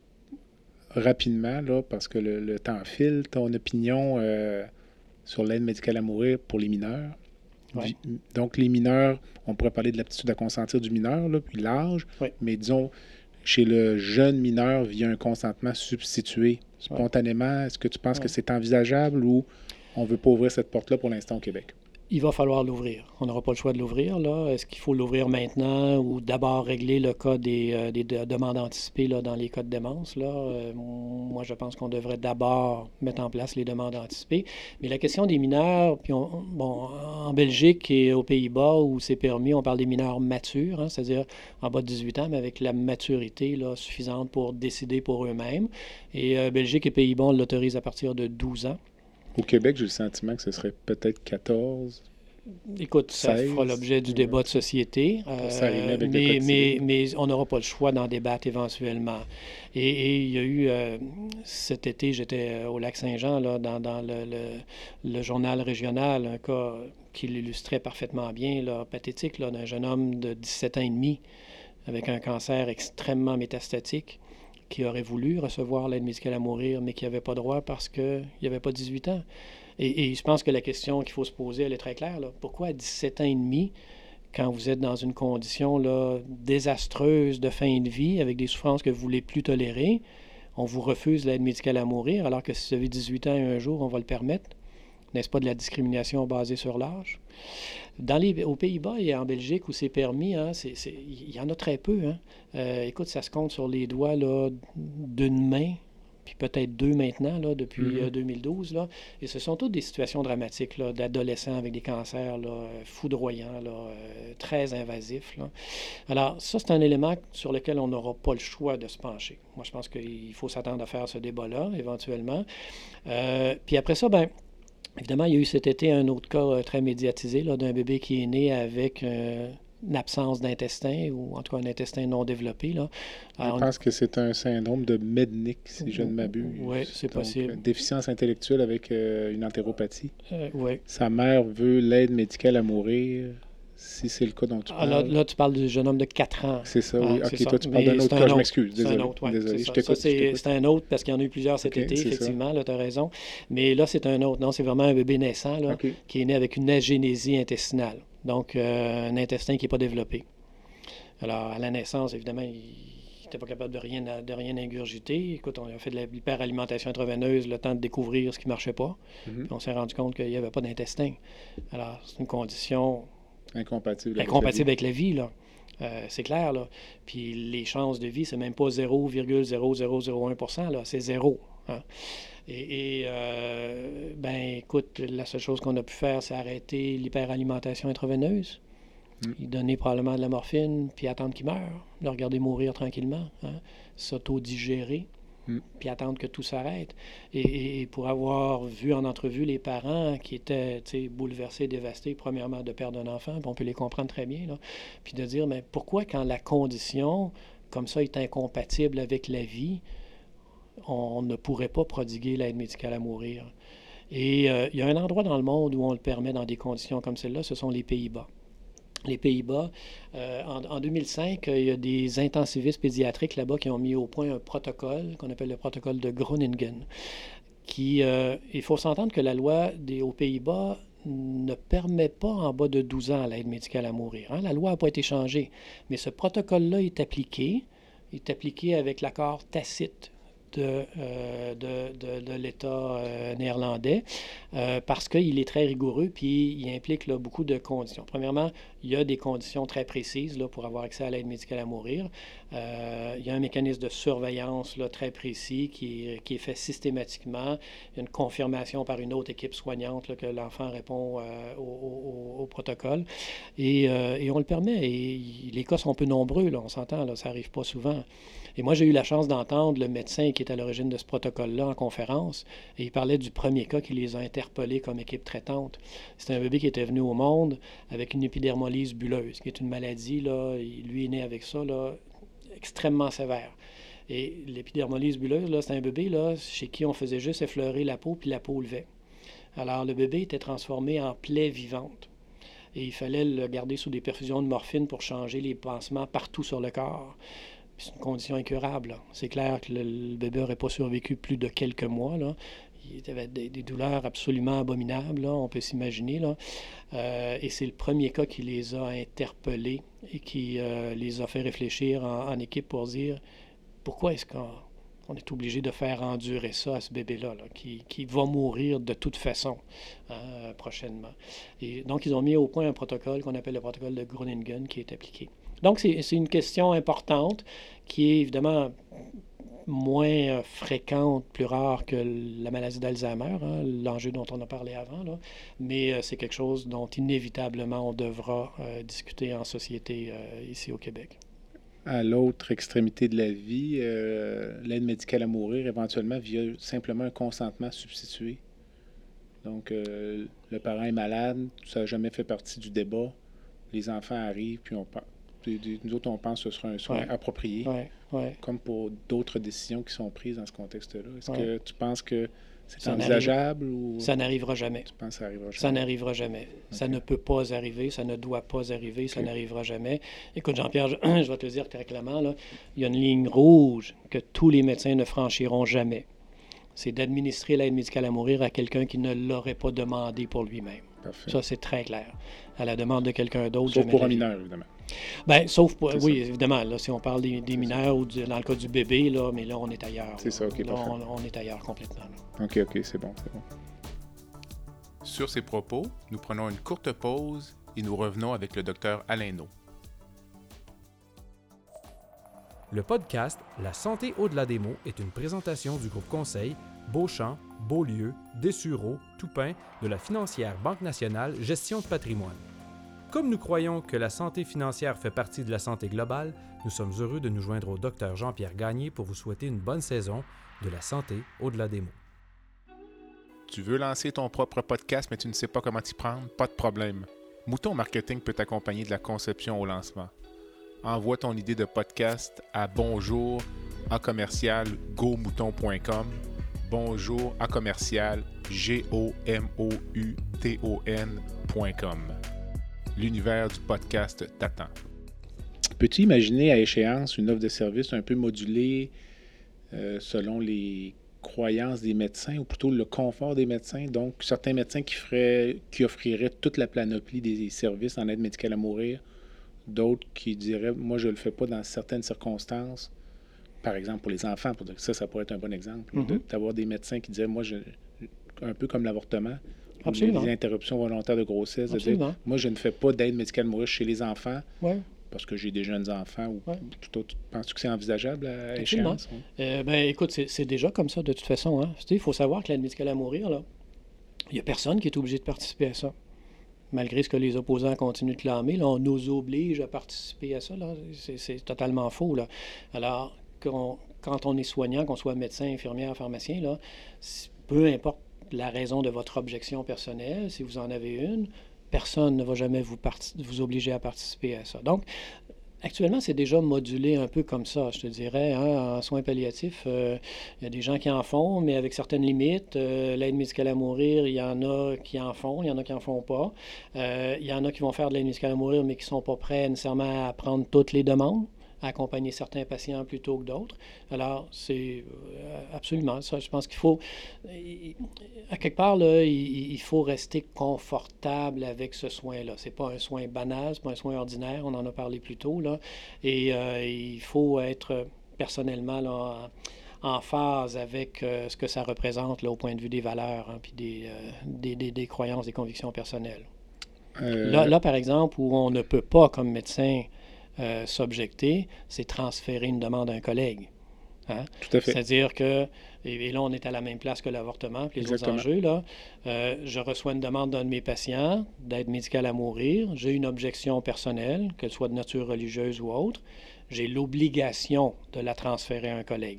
rapidement, là, parce que le, le temps file. Ton opinion euh, sur l'aide médicale à mourir pour les mineurs? Ouais. Donc, les mineurs, on pourrait parler de l'aptitude à consentir du mineur, là, puis l'âge, ouais. mais disons, chez le jeune mineur, via un consentement substitué, spontanément, ouais. est-ce que tu penses ouais. que c'est envisageable ou on ne veut pas ouvrir cette porte-là pour l'instant au Québec? Il va falloir l'ouvrir. On n'aura pas le choix de l'ouvrir, là. Est-ce qu'il faut l'ouvrir maintenant ou d'abord régler le cas des, euh, des de, demandes anticipées là, dans les cas de démence, là? Euh, moi, je pense qu'on devrait d'abord mettre en place les demandes anticipées. Mais la question des mineurs, puis on, bon, en Belgique et aux Pays-Bas, où c'est permis, on parle des mineurs matures, hein, c'est-à-dire en bas de dix-huit ans, mais avec la maturité là, suffisante pour décider pour eux-mêmes. Et euh, Belgique et Pays-Bas, on l'autorise à partir de douze ans. Au Québec, j'ai le sentiment que ce serait peut-être quatorze, Écoute, ça seize, fera l'objet du débat ouais. de société, euh, Ça arrive avec le mais, Code mais, civil. mais on n'aura pas le choix d'en débattre éventuellement. Et, et il y a eu, euh, cet été, j'étais au Lac-Saint-Jean, là, dans, dans le, le, le journal régional, un cas qui l'illustrait parfaitement bien, là, pathétique, là, d'un jeune homme de dix-sept ans et demi avec un cancer extrêmement métastatique qui aurait voulu recevoir l'aide médicale à mourir, mais qui n'avait pas droit parce qu'il n'avait pas dix-huit ans. Et, et je pense que la question qu'il faut se poser, elle est très claire. Là. Pourquoi à dix-sept ans et demi, quand vous êtes dans une condition là, désastreuse de fin de vie, avec des souffrances que vous ne voulez plus tolérer, on vous refuse l'aide médicale à mourir, alors que si vous avez dix-huit ans et un jour, on va le permettre? N'est-ce pas de la discrimination basée sur l'âge? Dans les, aux Pays-Bas et en Belgique, où c'est permis, hein, c'est, c'est, il y en a très peu. Hein. Euh, écoute, ça se compte sur les doigts là, d'une main, puis peut-être deux maintenant, là, depuis mm-hmm. euh, deux mille douze. Là. Et ce sont toutes des situations dramatiques là, d'adolescents avec des cancers là, foudroyants, là, euh, très invasifs. Là. Alors, ça, c'est un élément sur lequel on n'aura pas le choix de se pencher. Moi, je pense qu'il faut s'attendre à faire ce débat-là, éventuellement. Euh, puis après ça, ben évidemment, il y a eu cet été un autre cas euh, très médiatisé là, d'un bébé qui est né avec euh, une absence d'intestin, ou en tout cas un intestin non développé. Là. Alors, je pense on... que c'est un syndrome de Mednick, si je ne m'abuse. Oui, c'est Donc, possible. Déficience intellectuelle avec euh, une entéropathie. Euh, oui. Sa mère veut l'aide médicale à mourir. Si c'est le cas dont tu ah, parles. Là, là, tu parles du jeune homme de quatre ans. C'est ça, oui. Ah, OK, ça. toi, tu parles d'un autre cas. Je m'excuse. Désolé. C'est un autre, ouais, Désolé. C'est je t'écoute. Ça, c'est, c'est un autre, parce qu'il y en a eu plusieurs cet okay, été, effectivement. Tu as raison. Mais là, c'est un autre. Non, c'est vraiment un bébé naissant là, okay. qui est né avec une agénésie intestinale. Donc, euh, un intestin qui n'est pas développé. Alors, à la naissance, évidemment, il n'était pas capable de rien, de rien ingurgiter. Écoute, on a fait de l'hyperalimentation intraveineuse, le temps de découvrir ce qui ne marchait pas. Mm-hmm. Puis on s'est rendu compte qu'il n'y avait pas d'intestin. Alors, c'est une condition... Incompatible, Incompatible avec la vie, avec la vie là. Euh, c'est clair, là. Puis les chances de vie, c'est même pas zéro virgule zéro zéro zéro un pour cent, là. C'est zéro. Hein. Et, et euh, ben, écoute, la seule chose qu'on a pu faire, c'est arrêter l'hyperalimentation intraveineuse, mm. donner probablement de la morphine, puis attendre qu'il meure, le regarder mourir tranquillement, hein. S'auto-digérer. Mm. Puis attendre que tout s'arrête. Et, et pour avoir vu en entrevue les parents qui étaient bouleversés, dévastés, premièrement de perdre un enfant, on peut les comprendre très bien, là, puis de dire, mais pourquoi quand la condition, comme ça, est incompatible avec la vie, on ne pourrait pas prodiguer l'aide médicale à mourir? Et euh, il y a un endroit dans le monde où on le permet dans des conditions comme celle-là, ce sont les Pays-Bas. Les Pays-Bas, euh, en, en deux mille cinq, il y a des intensivistes pédiatriques là-bas qui ont mis au point un protocole qu'on appelle le protocole de Groningen. Qui, euh, il faut s'entendre que la loi des, aux Pays-Bas ne permet pas en bas de douze ans l'aide médicale à mourir. Hein? La loi n'a pas été changée, mais ce protocole-là est appliqué, est appliqué avec l'accord tacite de, euh, de, de, de l'État euh, néerlandais euh, parce qu'il est très rigoureux puis il implique là, beaucoup de conditions. Premièrement, il y a des conditions très précises là, pour avoir accès à l'aide médicale à mourir. Euh, il y a un mécanisme de surveillance là, très précis qui est, qui est fait systématiquement. Il y a une confirmation par une autre équipe soignante là, que l'enfant répond euh, au, au, au protocole. Et, euh, et on le permet. Et les cas sont peu nombreux, là, on s'entend, là, ça n'arrive pas souvent. Et moi, j'ai eu la chance d'entendre le médecin qui est à l'origine de ce protocole-là en conférence, et il parlait du premier cas qui les a interpellés comme équipe traitante. C'est un bébé qui était venu au monde avec une épidermolyse bulleuse, qui est une maladie, là, lui est né avec ça, là, extrêmement sévère. Et l'épidermolyse bulleuse, là, c'est un bébé là, chez qui on faisait juste effleurer la peau, puis la peau levait. Alors, le bébé était transformé en plaie vivante. Et il fallait le garder sous des perfusions de morphine pour changer les pansements partout sur le corps. C'est une condition incurable. Là. C'est clair que le, le bébé n'aurait pas survécu plus de quelques mois. Là. Il avait des, des douleurs absolument abominables, là, on peut s'imaginer. Là. Euh, et c'est le premier cas qui les a interpellés et qui euh, les a fait réfléchir en, en équipe pour dire pourquoi est-ce qu'on on est obligé de faire endurer ça à ce bébé-là, là, qui, qui va mourir de toute façon euh, prochainement. Et donc, ils ont mis au point un protocole qu'on appelle le protocole de Groningen qui est appliqué. Donc, c'est, c'est une question importante qui est évidemment moins fréquente, plus rare que la maladie d'Alzheimer, hein, l'enjeu dont on a parlé avant, là. Mais euh, c'est quelque chose dont inévitablement on devra euh, discuter en société euh, ici au Québec. À l'autre extrémité de la vie, euh, l'aide médicale à mourir, éventuellement via simplement un consentement substitué. Donc, euh, le parent est malade, ça n'a jamais fait partie du débat. Les enfants arrivent, puis on pense, nous autres, on pense que ce sera un soin ouais. approprié, ouais. Ouais. comme pour d'autres décisions qui sont prises dans ce contexte-là. Est-ce ouais. que tu penses que c'est ça envisageable? Ou... Ça n'arrivera jamais. Tu penses que ça n'arrivera jamais? Ça n'arrivera jamais. Okay. Ça ne peut pas arriver, ça ne doit pas arriver, ça okay. n'arrivera jamais. Écoute, Jean-Pierre, je, je vais te dire très clairement, là, il y a une ligne rouge que tous les médecins ne franchiront jamais. C'est d'administrer l'aide médicale à mourir à quelqu'un qui ne l'aurait pas demandé pour lui-même. Parfait. Ça, c'est très clair. À la demande de quelqu'un d'autre. Sauf pour un mineur, évidemment. Bien, sauf pour, oui, ça. Évidemment, là, si on parle des, des mineurs ou du, dans le cas du bébé, là, mais là, on est ailleurs. C'est ça, OK, là, parfait. On, on est ailleurs complètement. Là. OK, OK, c'est bon, c'est bon. Sur ces propos, nous prenons une courte pause et nous revenons avec le docteur Alain Naud. Le podcast La santé au-delà des mots est une présentation du groupe conseil Beauchamp, Beaulieu, Dessureau, Toupin de la financière Banque nationale Gestion de patrimoine. Comme nous croyons que la santé financière fait partie de la santé globale, nous sommes heureux de nous joindre au docteur Jean-Pierre Gagné pour vous souhaiter une bonne saison de la santé au-delà des mots. Tu veux lancer ton propre podcast mais tu ne sais pas comment t'y prendre? Pas de problème. Mouton Marketing peut t'accompagner de la conception au lancement. Envoie ton idée de podcast à bonjour à commercial go mouton point com. Bonjour à commercial G O M O U T O N point com. L'univers du podcast t'attend. Peux-tu imaginer à échéance une offre de service un peu modulée euh, selon les croyances des médecins ou plutôt le confort des médecins? Donc, certains médecins qui, feraient, qui offriraient toute la panoplie des services en aide médicale à mourir, d'autres qui diraient, moi, je ne le fais pas dans certaines circonstances. Par exemple, pour les enfants, pour dire que ça, ça pourrait être un bon exemple. Mm-hmm. de, d'avoir des médecins qui diraient, moi, je, un peu comme l'avortement, Absolument. les interruptions volontaires de grossesse, de dire, moi, je ne fais pas d'aide médicale à mourir chez les enfants ouais. parce que j'ai des jeunes enfants. Ou ouais. tout, tout, penses-tu que c'est envisageable à échéance? Ouais. Euh, ben, écoute, c'est, c'est déjà comme ça de toute façon. Hein. Il faut savoir que l'aide médicale à mourir, là, il n'y a personne qui est obligé de participer à ça. Malgré ce que les opposants continuent de clamer, là, on nous oblige à participer à ça. Là. C'est, c'est totalement faux. Là. Alors, qu'on, quand on est soignant, qu'on soit médecin, infirmière, pharmacien, là, peu importe la raison de votre objection personnelle, si vous en avez une, personne ne va jamais vous, parti- vous obliger à participer à ça. Donc, actuellement, c'est déjà modulé un peu comme ça, je te dirais. Hein, en soins palliatifs, euh, il y a des gens qui en font, mais avec certaines limites. Euh, l'aide médicale à mourir, il y en a qui en font, il y en a qui n'en font pas. Euh, il y en a qui vont faire de l'aide médicale à mourir, mais qui ne sont pas prêts nécessairement à prendre toutes les demandes, à accompagner certains patients plutôt que d'autres. Alors, c'est euh, absolument ça. Je pense qu'il faut, il, à quelque part, là, il, il faut rester confortable avec ce soin-là. Ce n'est pas un soin banal, ce n'est pas un soin ordinaire, on en a parlé plus tôt, là. Et euh, il faut être personnellement là, en, en phase avec euh, ce que ça représente là, au point de vue des valeurs, hein, puis des, euh, des, des, des croyances, des convictions personnelles. Euh... Là, là, par exemple, où on ne peut pas, comme médecin, Euh, s'objecter, c'est transférer une demande à un collègue. Hein? Tout à fait. C'est-à-dire que, et, et là, on est à la même place que l'avortement, puis les Exactement. Autres enjeux, là. Euh, je reçois une demande d'un de mes patients d'aide médicale à mourir, j'ai une objection personnelle, qu'elle soit de nature religieuse ou autre, j'ai l'obligation de la transférer à un collègue.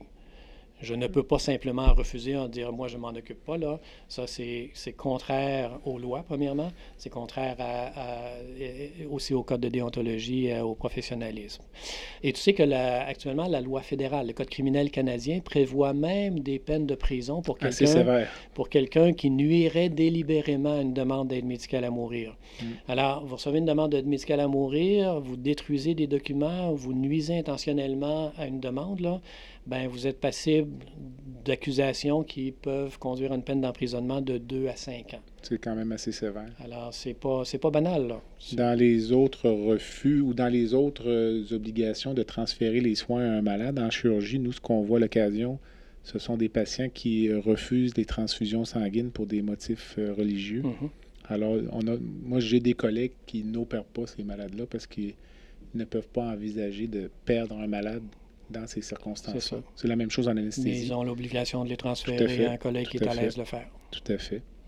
Je ne peux pas simplement refuser en dire « moi, je ne m'en occupe pas ». Là. Ça, c'est, c'est contraire aux lois, premièrement. C'est contraire à, à, aussi au code de déontologie et au professionnalisme. Et tu sais que la, actuellement, la loi fédérale, le code criminel canadien, prévoit même des peines de prison pour quelqu'un, pour quelqu'un qui nuirait délibérément à une demande d'aide médicale à mourir. Mm. Alors, vous recevez une demande d'aide médicale à mourir, vous détruisez des documents, vous nuisez intentionnellement à une demande, là, ben vous êtes passible d'accusations qui peuvent conduire à une peine d'emprisonnement de deux à cinq ans. C'est quand même assez sévère. Alors, c'est pas, c'est pas banal, là. C'est... Dans les autres refus ou dans les autres euh, obligations de transférer les soins à un malade, en chirurgie, nous, ce qu'on voit à l'occasion, ce sont des patients qui euh, refusent des transfusions sanguines pour des motifs euh, religieux. Mm-hmm. Alors, on a, moi, j'ai des collègues qui n'opèrent pas ces malades-là parce qu'ils ne peuvent pas envisager de perdre un malade dans ces circonstances. C'est, c'est la même chose en anesthésie. Mais ils ont l'obligation de les transférer à, à un collègue qui est à, à l'aise de le faire. Tout à fait. Hmm.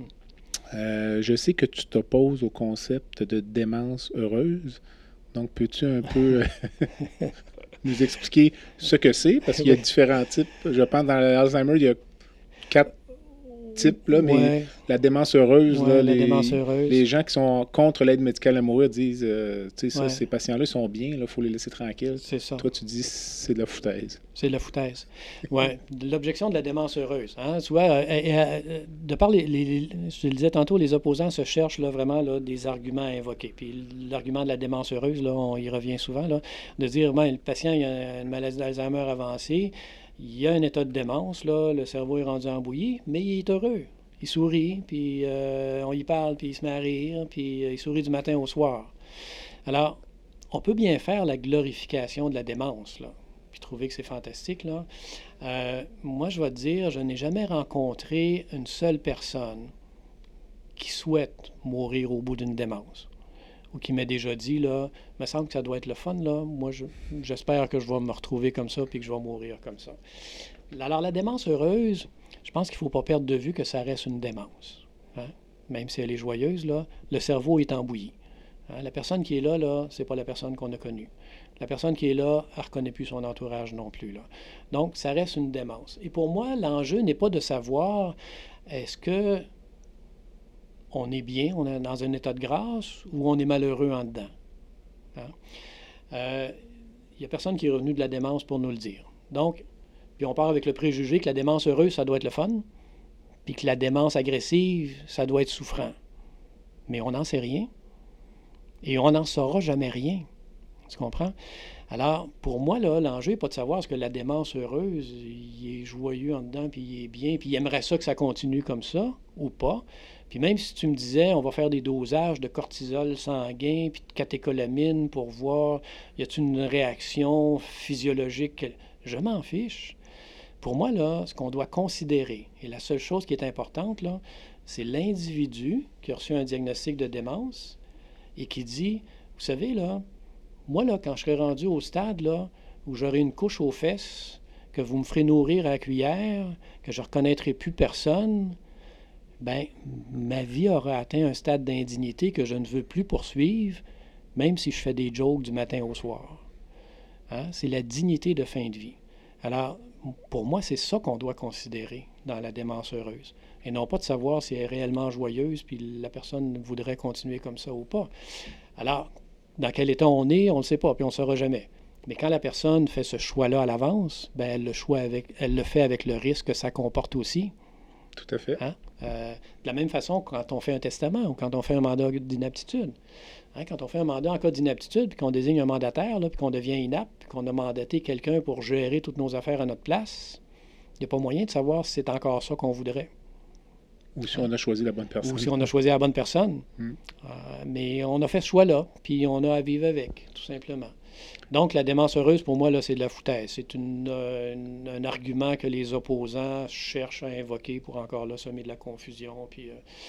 Euh, je sais que tu t'opposes au concept de démence heureuse. Donc, peux-tu un peu nous expliquer ce que c'est? Parce qu'il y a différents types. Je pense dans l'Alzheimer, il y a quatre type, là, mais ouais. la démence heureuse, Ouais, là, la les, démence heureuse. les gens qui sont contre l'aide médicale à mourir disent, euh, tu sais, ça, Ouais. ces patients-là sont bien, il faut les laisser tranquilles. C'est ça. Toi, tu dis, c'est de la foutaise. C'est de la foutaise. Oui. L'objection de la démence heureuse. Hein? Tu vois, euh, euh, euh, de par les, les, les, je le disais tantôt, les opposants se cherchent là, vraiment là, des arguments à invoquer. Puis l'argument de la démence heureuse, là, on y revient souvent, là, de dire, ben, le patient il a une maladie d'Alzheimer avancée, il y a un état de démence, là, le cerveau est rendu embouilli, mais il est heureux. Il sourit, puis euh, on y parle, puis il se met à rire, puis euh, il sourit du matin au soir. Alors, on peut bien faire la glorification de la démence, là, puis trouver que c'est fantastique, là. Euh, moi, je vais te dire, je n'ai jamais rencontré une seule personne qui souhaite mourir au bout d'une démence, ou qui m'a déjà dit, là, il me semble que ça doit être le fun, là. Moi, je, j'espère que je vais me retrouver comme ça, puis que je vais mourir comme ça. Alors, la démence heureuse, je pense qu'il ne faut pas perdre de vue que ça reste une démence. Hein? Même si elle est joyeuse, là, le cerveau est embouilli. Hein? La personne qui est là, là, c'est pas la personne qu'on a connue. La personne qui est là, elle ne reconnaît plus son entourage non plus, là. Donc, ça reste une démence. Et pour moi, l'enjeu n'est pas de savoir est-ce que on est bien, on est dans un état de grâce ou on est malheureux en dedans. Il hein? euh, n'y a personne qui est revenu de la démence pour nous le dire. Donc, puis on part avec le préjugé que la démence heureuse, ça doit être le fun, puis que la démence agressive, ça doit être souffrant. Mais on n'en sait rien. Et on n'en saura jamais rien. Tu comprends? Alors, pour moi, là, l'enjeu n'est pas de savoir est-ce que la démence heureuse, il est joyeux en dedans, puis il est bien, puis il aimerait ça que ça continue comme ça, ou pas. Puis même si tu me disais, on va faire des dosages de cortisol sanguin, puis de catécholamine pour voir, y a-t-il une réaction physiologique? Je m'en fiche. Pour moi, là, ce qu'on doit considérer, et la seule chose qui est importante, là, c'est l'individu qui a reçu un diagnostic de démence et qui dit, vous savez, là, moi, là, quand je serai rendu au stade, là, où j'aurai une couche aux fesses, que vous me ferez nourrir à la cuillère, que je ne reconnaîtrai plus personne, bien, ma vie aura atteint un stade d'indignité que je ne veux plus poursuivre, même si je fais des jokes du matin au soir. Hein? C'est la dignité de fin de vie. Alors, pour moi, c'est ça qu'on doit considérer dans la démence heureuse. Et non pas de savoir si elle est réellement joyeuse, puis la personne voudrait continuer comme ça ou pas. Alors, dans quel état on est, on ne le sait pas, puis on ne le saura jamais. Mais quand la personne fait ce choix-là à l'avance, bien, elle, le choix avec, elle le fait avec le risque que ça comporte aussi. Tout à fait. Hein? Euh, de la même façon, quand on fait un testament ou quand on fait un mandat d'inaptitude. Hein? Quand on fait un mandat en cas d'inaptitude, puis qu'on désigne un mandataire, là, puis qu'on devient inapte, puis qu'on a mandaté quelqu'un pour gérer toutes nos affaires à notre place, il n'y a pas moyen de savoir si c'est encore ça qu'on voudrait. Ou si on a choisi la bonne personne. Ou si on a choisi la bonne personne. Mm. Euh, mais on a fait ce choix-là, puis on a à vivre avec, tout simplement. Donc, la démence heureuse, pour moi, là, c'est de la foutaise. C'est une, euh, une, un argument que les opposants cherchent à invoquer pour encore là semer de la confusion, puis euh,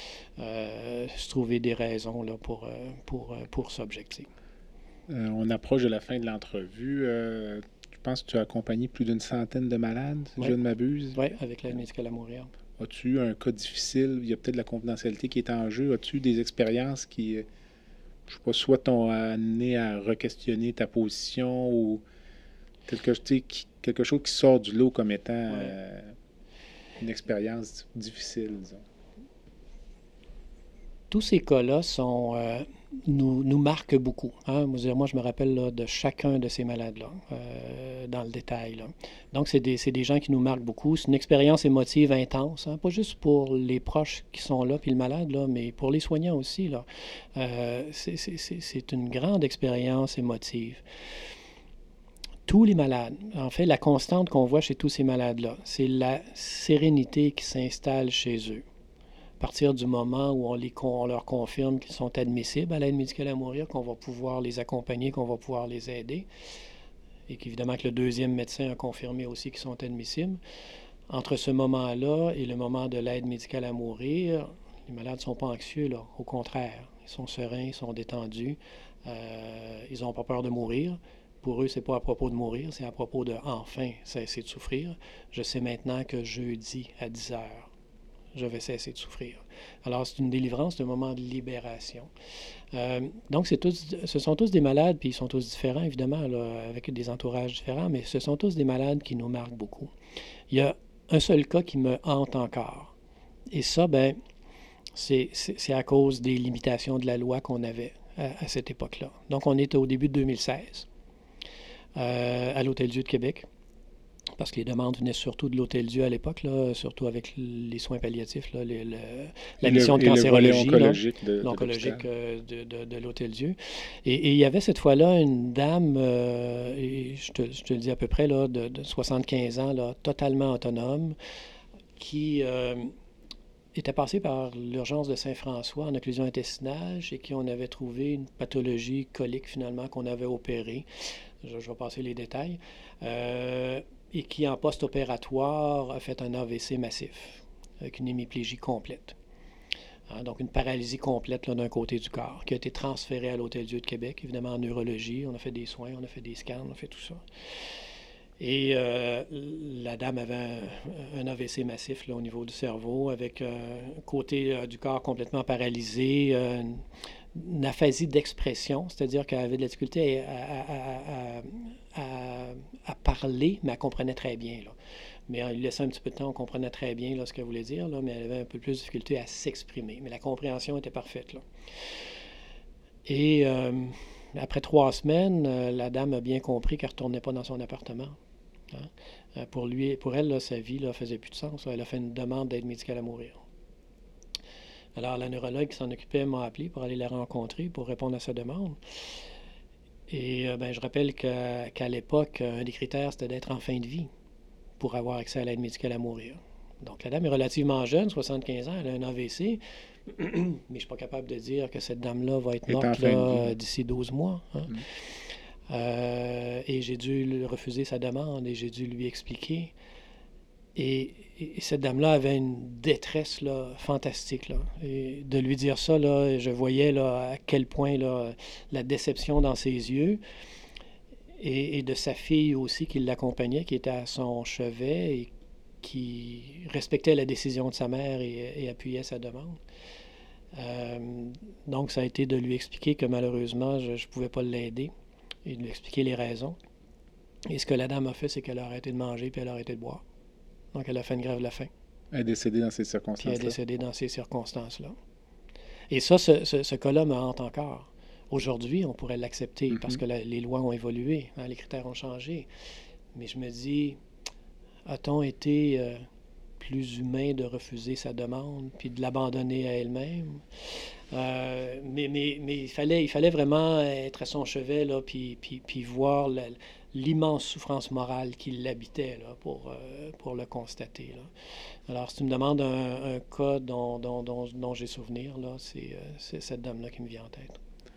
euh, se trouver des raisons là, pour, euh, pour, euh, pour s'objecter. Euh, on approche de la fin de l'entrevue. Euh, je pense que tu as accompagné plus d'une centaine de malades, oui. Je ne m'abuse. Oui, avec l'aide médicale à mourir. As-tu eu un cas difficile? Il y a peut-être de la confidentialité qui est en jeu. As-tu eu des expériences qui, je ne sais pas, soit t'ont amené à re-questionner ta position ou quelque, qui, quelque chose qui sort du lot comme étant ouais. euh, une expérience difficile, disons? Tous ces cas-là sont, euh, nous, nous marquent beaucoup. Hein? Moi, je me rappelle là, de chacun de ces malades-là, euh, dans le détail. Là. Donc, c'est des, c'est des gens qui nous marquent beaucoup. C'est une expérience émotive intense, hein? Pas juste pour les proches qui sont là, puis le malade, là, mais pour les soignants aussi. Là. Euh, c'est, c'est, c'est, c'est une grande expérience émotive. Tous les malades, en fait, la constante qu'on voit chez tous ces malades-là, c'est la sérénité qui s'installe chez eux. À partir du moment où on, les, on leur confirme qu'ils sont admissibles à l'aide médicale à mourir, qu'on va pouvoir les accompagner, qu'on va pouvoir les aider, et qu'évidemment que le deuxième médecin a confirmé aussi qu'ils sont admissibles, entre ce moment-là et le moment de l'aide médicale à mourir, les malades ne sont pas anxieux, là. Au contraire. Ils sont sereins, ils sont détendus, euh, ils n'ont pas peur de mourir. Pour eux, ce n'est pas à propos de mourir, c'est à propos de enfin cesser de souffrir. Je sais maintenant que jeudi à dix heures, je vais cesser de souffrir. Alors, c'est une délivrance, c'est un moment de libération. Euh, donc, c'est tous, ce sont tous des malades, puis ils sont tous différents, évidemment, là, avec des entourages différents, mais ce sont tous des malades qui nous marquent beaucoup. Il y a un seul cas qui me hante encore. Et ça, ben, c'est, c'est, c'est à cause des limitations de la loi qu'on avait à, à cette époque-là. Donc, on était au début de deux mille seize euh, à l'Hôtel-Dieu de Québec, parce que les demandes venaient surtout de l'Hôtel-Dieu à l'époque, là, surtout avec les soins palliatifs, là, les, le, la mission le, de cancérologie, le oncologique là, de, l'oncologique de, euh, de, de, de l'Hôtel-Dieu. Et, et il y avait cette fois-là une dame, euh, et je, te, je te le dis à peu près, là, de, de soixante-quinze ans, là, totalement autonome, qui euh, était passée par l'urgence de Saint-François en occlusion intestinale, chez qui on avait trouvé une pathologie colique finalement qu'on avait opérée. Je, je vais passer les détails. Euh, et qui, en post-opératoire, a fait un A V C massif, avec une hémiplégie complète. Hein, donc, une paralysie complète là, d'un côté du corps, qui a été transférée à l'Hôtel-Dieu de Québec, évidemment en neurologie. On a fait des soins, on a fait des scans, on a fait tout ça. Et euh, la dame avait un, un A V C massif là, au niveau du cerveau, avec un euh, côté euh, du corps complètement paralysé, euh, une aphasie d'expression, c'est-à-dire qu'elle avait de la difficulté à, à, à, à, à parler, mais elle comprenait très bien. Là. Mais en lui laissant un petit peu de temps, on comprenait très bien là, ce qu'elle voulait dire, là, mais elle avait un peu plus de difficulté à s'exprimer. Mais la compréhension était parfaite. Là. Et euh, après trois semaines, euh, la dame a bien compris qu'elle ne retournait pas dans son appartement. Hein? Euh, pour lui, pour elle, là, sa vie ne faisait plus de sens. Là. Elle a fait une demande d'aide médicale à mourir. Alors, la neurologue qui s'en occupait m'a appelé pour aller la rencontrer, pour répondre à sa demande. Et euh, ben, je rappelle qu'à, qu'à l'époque, un des critères, c'était d'être en fin de vie pour avoir accès à l'aide médicale à mourir. Donc, la dame est relativement jeune, soixante-quinze ans, elle a un A V C, mais je ne suis pas capable de dire que cette dame-là va être morte là, d'ici douze mois. Hein. Mm. Euh, et j'ai dû lui refuser sa demande et j'ai dû lui expliquer. Et, et cette dame-là avait une détresse là, fantastique. Là. Et de lui dire ça, là, je voyais là, à quel point là, la déception dans ses yeux. Et, et de sa fille aussi qui l'accompagnait, qui était à son chevet et qui respectait la décision de sa mère et, et appuyait sa demande. Euh, donc, ça a été de lui expliquer que malheureusement, je ne pouvais pas l'aider et de lui expliquer les raisons. Et ce que la dame a fait, c'est qu'elle a arrêté de manger puis elle a arrêté de boire. Donc, elle a fait une grève de la faim. Elle est décédée dans ces circonstances-là. Puis elle est décédée dans ces circonstances-là. Et ça, ce, ce, ce cas-là me hante encore. Aujourd'hui, on pourrait l'accepter mm-hmm. parce que la, les lois ont évolué, hein, les critères ont changé. Mais je me dis, a-t-on été euh, plus humain de refuser sa demande puis de l'abandonner à elle-même? Euh, mais mais, mais il, fallait, il fallait vraiment être à son chevet là, puis, puis, puis voir la, l'immense souffrance morale qui l'habitait là, pour, euh, pour le constater. Là. Alors, si tu me demandes un, un cas dont, dont, dont, dont j'ai souvenir, là, c'est, euh, c'est cette dame-là qui me vient en tête.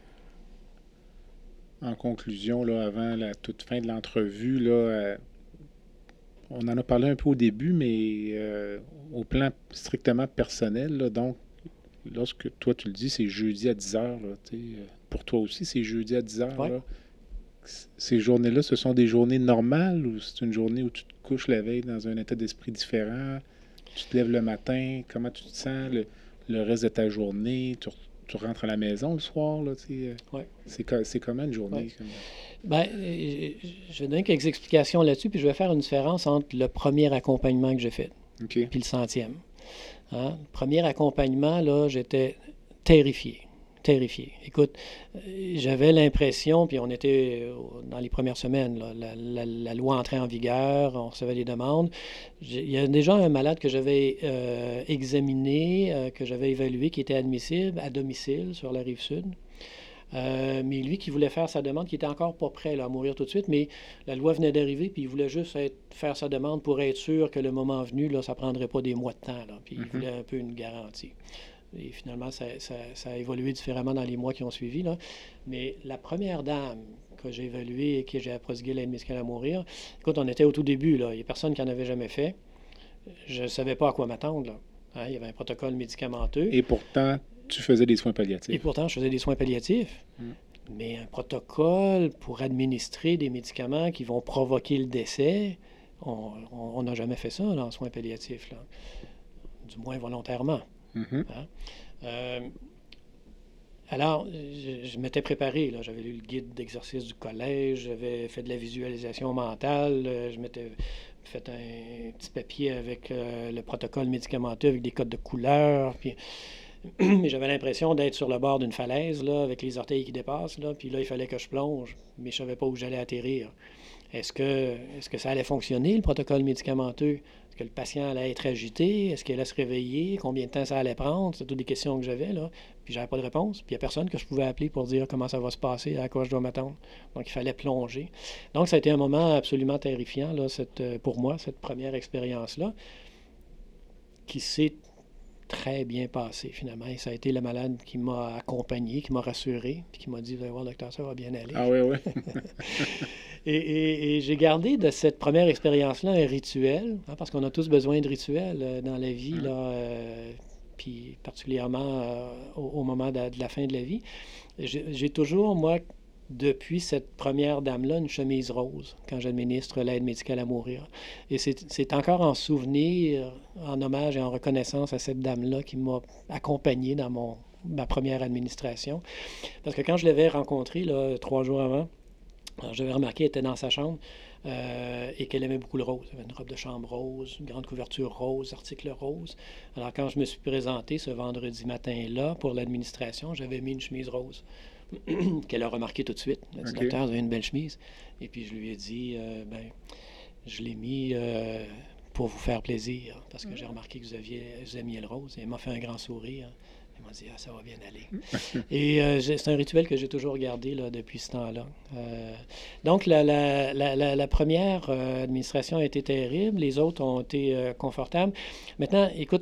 En conclusion, là, avant la toute fin de l'entrevue, là, euh, on en a parlé un peu au début, mais euh, au plan strictement personnel, là, donc, lorsque toi tu le dis, c'est jeudi à dix heures, là, pour toi aussi, c'est jeudi à dix heures. Ouais. Là. Ces journées-là, ce sont des journées normales ou c'est une journée où tu te couches la veille dans un état d'esprit différent, tu te lèves le matin, comment tu te sens le, le reste de ta journée, tu, tu rentres à la maison le soir, là, tu sais, ouais. c'est, c'est comment une journée? Ouais. Comme... Ben, je vais donner quelques explications là-dessus, puis je vais faire une différence entre le premier accompagnement que j'ai fait okay. puis le centième. Hein? Le premier accompagnement, là, j'étais terrifié. Terrifié. Écoute, j'avais l'impression, puis on était dans les premières semaines, là, la, la, la loi entrait en vigueur, on recevait des demandes. Il y a déjà un malade que j'avais euh, examiné, euh, que j'avais évalué, qui était admissible à domicile sur la Rive-Sud. Euh, mais lui qui voulait faire sa demande, qui était encore pas prêt là, à mourir tout de suite, mais la loi venait d'arriver, puis il voulait juste être, faire sa demande pour être sûr que le moment venu, là, ça ne prendrait pas des mois de temps. Là, puis mm-hmm. il voulait un peu une garantie. Et finalement, ça, ça, ça a évolué différemment dans les mois qui ont suivi. Là. Mais la première dame que j'ai évaluée et que j'ai prodigué l'aide médicale à mourir, écoute, on était au tout début. Là. Il n'y a personne qui en avait jamais fait. Je ne savais pas à quoi m'attendre. Là. Hein, il y avait un protocole médicamenteux. Et pourtant, tu faisais des soins palliatifs. Et pourtant, je faisais des soins palliatifs. Mm. Mais un protocole pour administrer des médicaments qui vont provoquer le décès, on n'a jamais fait ça là, en soins palliatifs. Là. Du moins volontairement. Mm-hmm. Hein? Euh, alors, je, je m'étais préparé. Là. J'avais lu le guide d'exercice du collège, j'avais fait de la visualisation mentale, je m'étais fait un petit papier avec euh, le protocole médicamenteux, avec des codes de couleur. Puis j'avais l'impression d'être sur le bord d'une falaise, là, avec les orteils qui dépassent. Là, puis là, il fallait que je plonge, mais je ne savais pas où j'allais atterrir. Est-ce que, est-ce que ça allait fonctionner, le protocole médicamenteux? Est-ce que le patient allait être agité? Est-ce qu'il allait se réveiller? Combien de temps ça allait prendre? C'est toutes des questions que j'avais, là. Puis j'avais pas de réponse. Puis il n'y a personne que je pouvais appeler pour dire comment ça va se passer, à quoi je dois m'attendre. Donc il fallait plonger. Donc ça a été un moment absolument terrifiant, là, cette, pour moi, cette première expérience-là, qui s'est très bien passé, finalement. Et ça a été le malade qui m'a accompagné, qui m'a rassuré, puis qui m'a dit, vous allez voir, docteur, ça va bien aller. Ah oui, oui. et, et, et j'ai gardé de cette première expérience-là un rituel, hein, parce qu'on a tous besoin de rituels euh, dans la vie, là, euh, puis particulièrement euh, au, au moment de, de la fin de la vie. J'ai, j'ai toujours, moi, depuis cette première dame-là, une chemise rose quand j'administre l'aide médicale à mourir. Et c'est, c'est encore en souvenir, en hommage et en reconnaissance à cette dame-là qui m'a accompagné dans mon, ma première administration. Parce que quand je l'avais rencontrée, là, trois jours avant, alors, j'avais remarqué qu'elle était dans sa chambre euh, et qu'elle aimait beaucoup le rose. Elle avait une robe de chambre rose, une grande couverture rose, article rose. Alors, quand je me suis présenté ce vendredi matin-là pour l'administration, j'avais mis une chemise rose qu'elle a remarqué tout de suite. Elle a dit, okay. Docteur, vous avez une belle chemise. Et puis, je lui ai dit, euh, ben, je l'ai mis euh, pour vous faire plaisir, parce que j'ai remarqué que vous aviez, vous aimiez le rose. Et elle m'a fait un grand sourire. Elle m'a dit, ah, ça va bien aller. Et euh, c'est un rituel que j'ai toujours gardé là, depuis ce temps-là. Euh, donc, la, la, la, la, la première euh, administration a été terrible. Les autres ont été euh, confortables. Maintenant, écoute,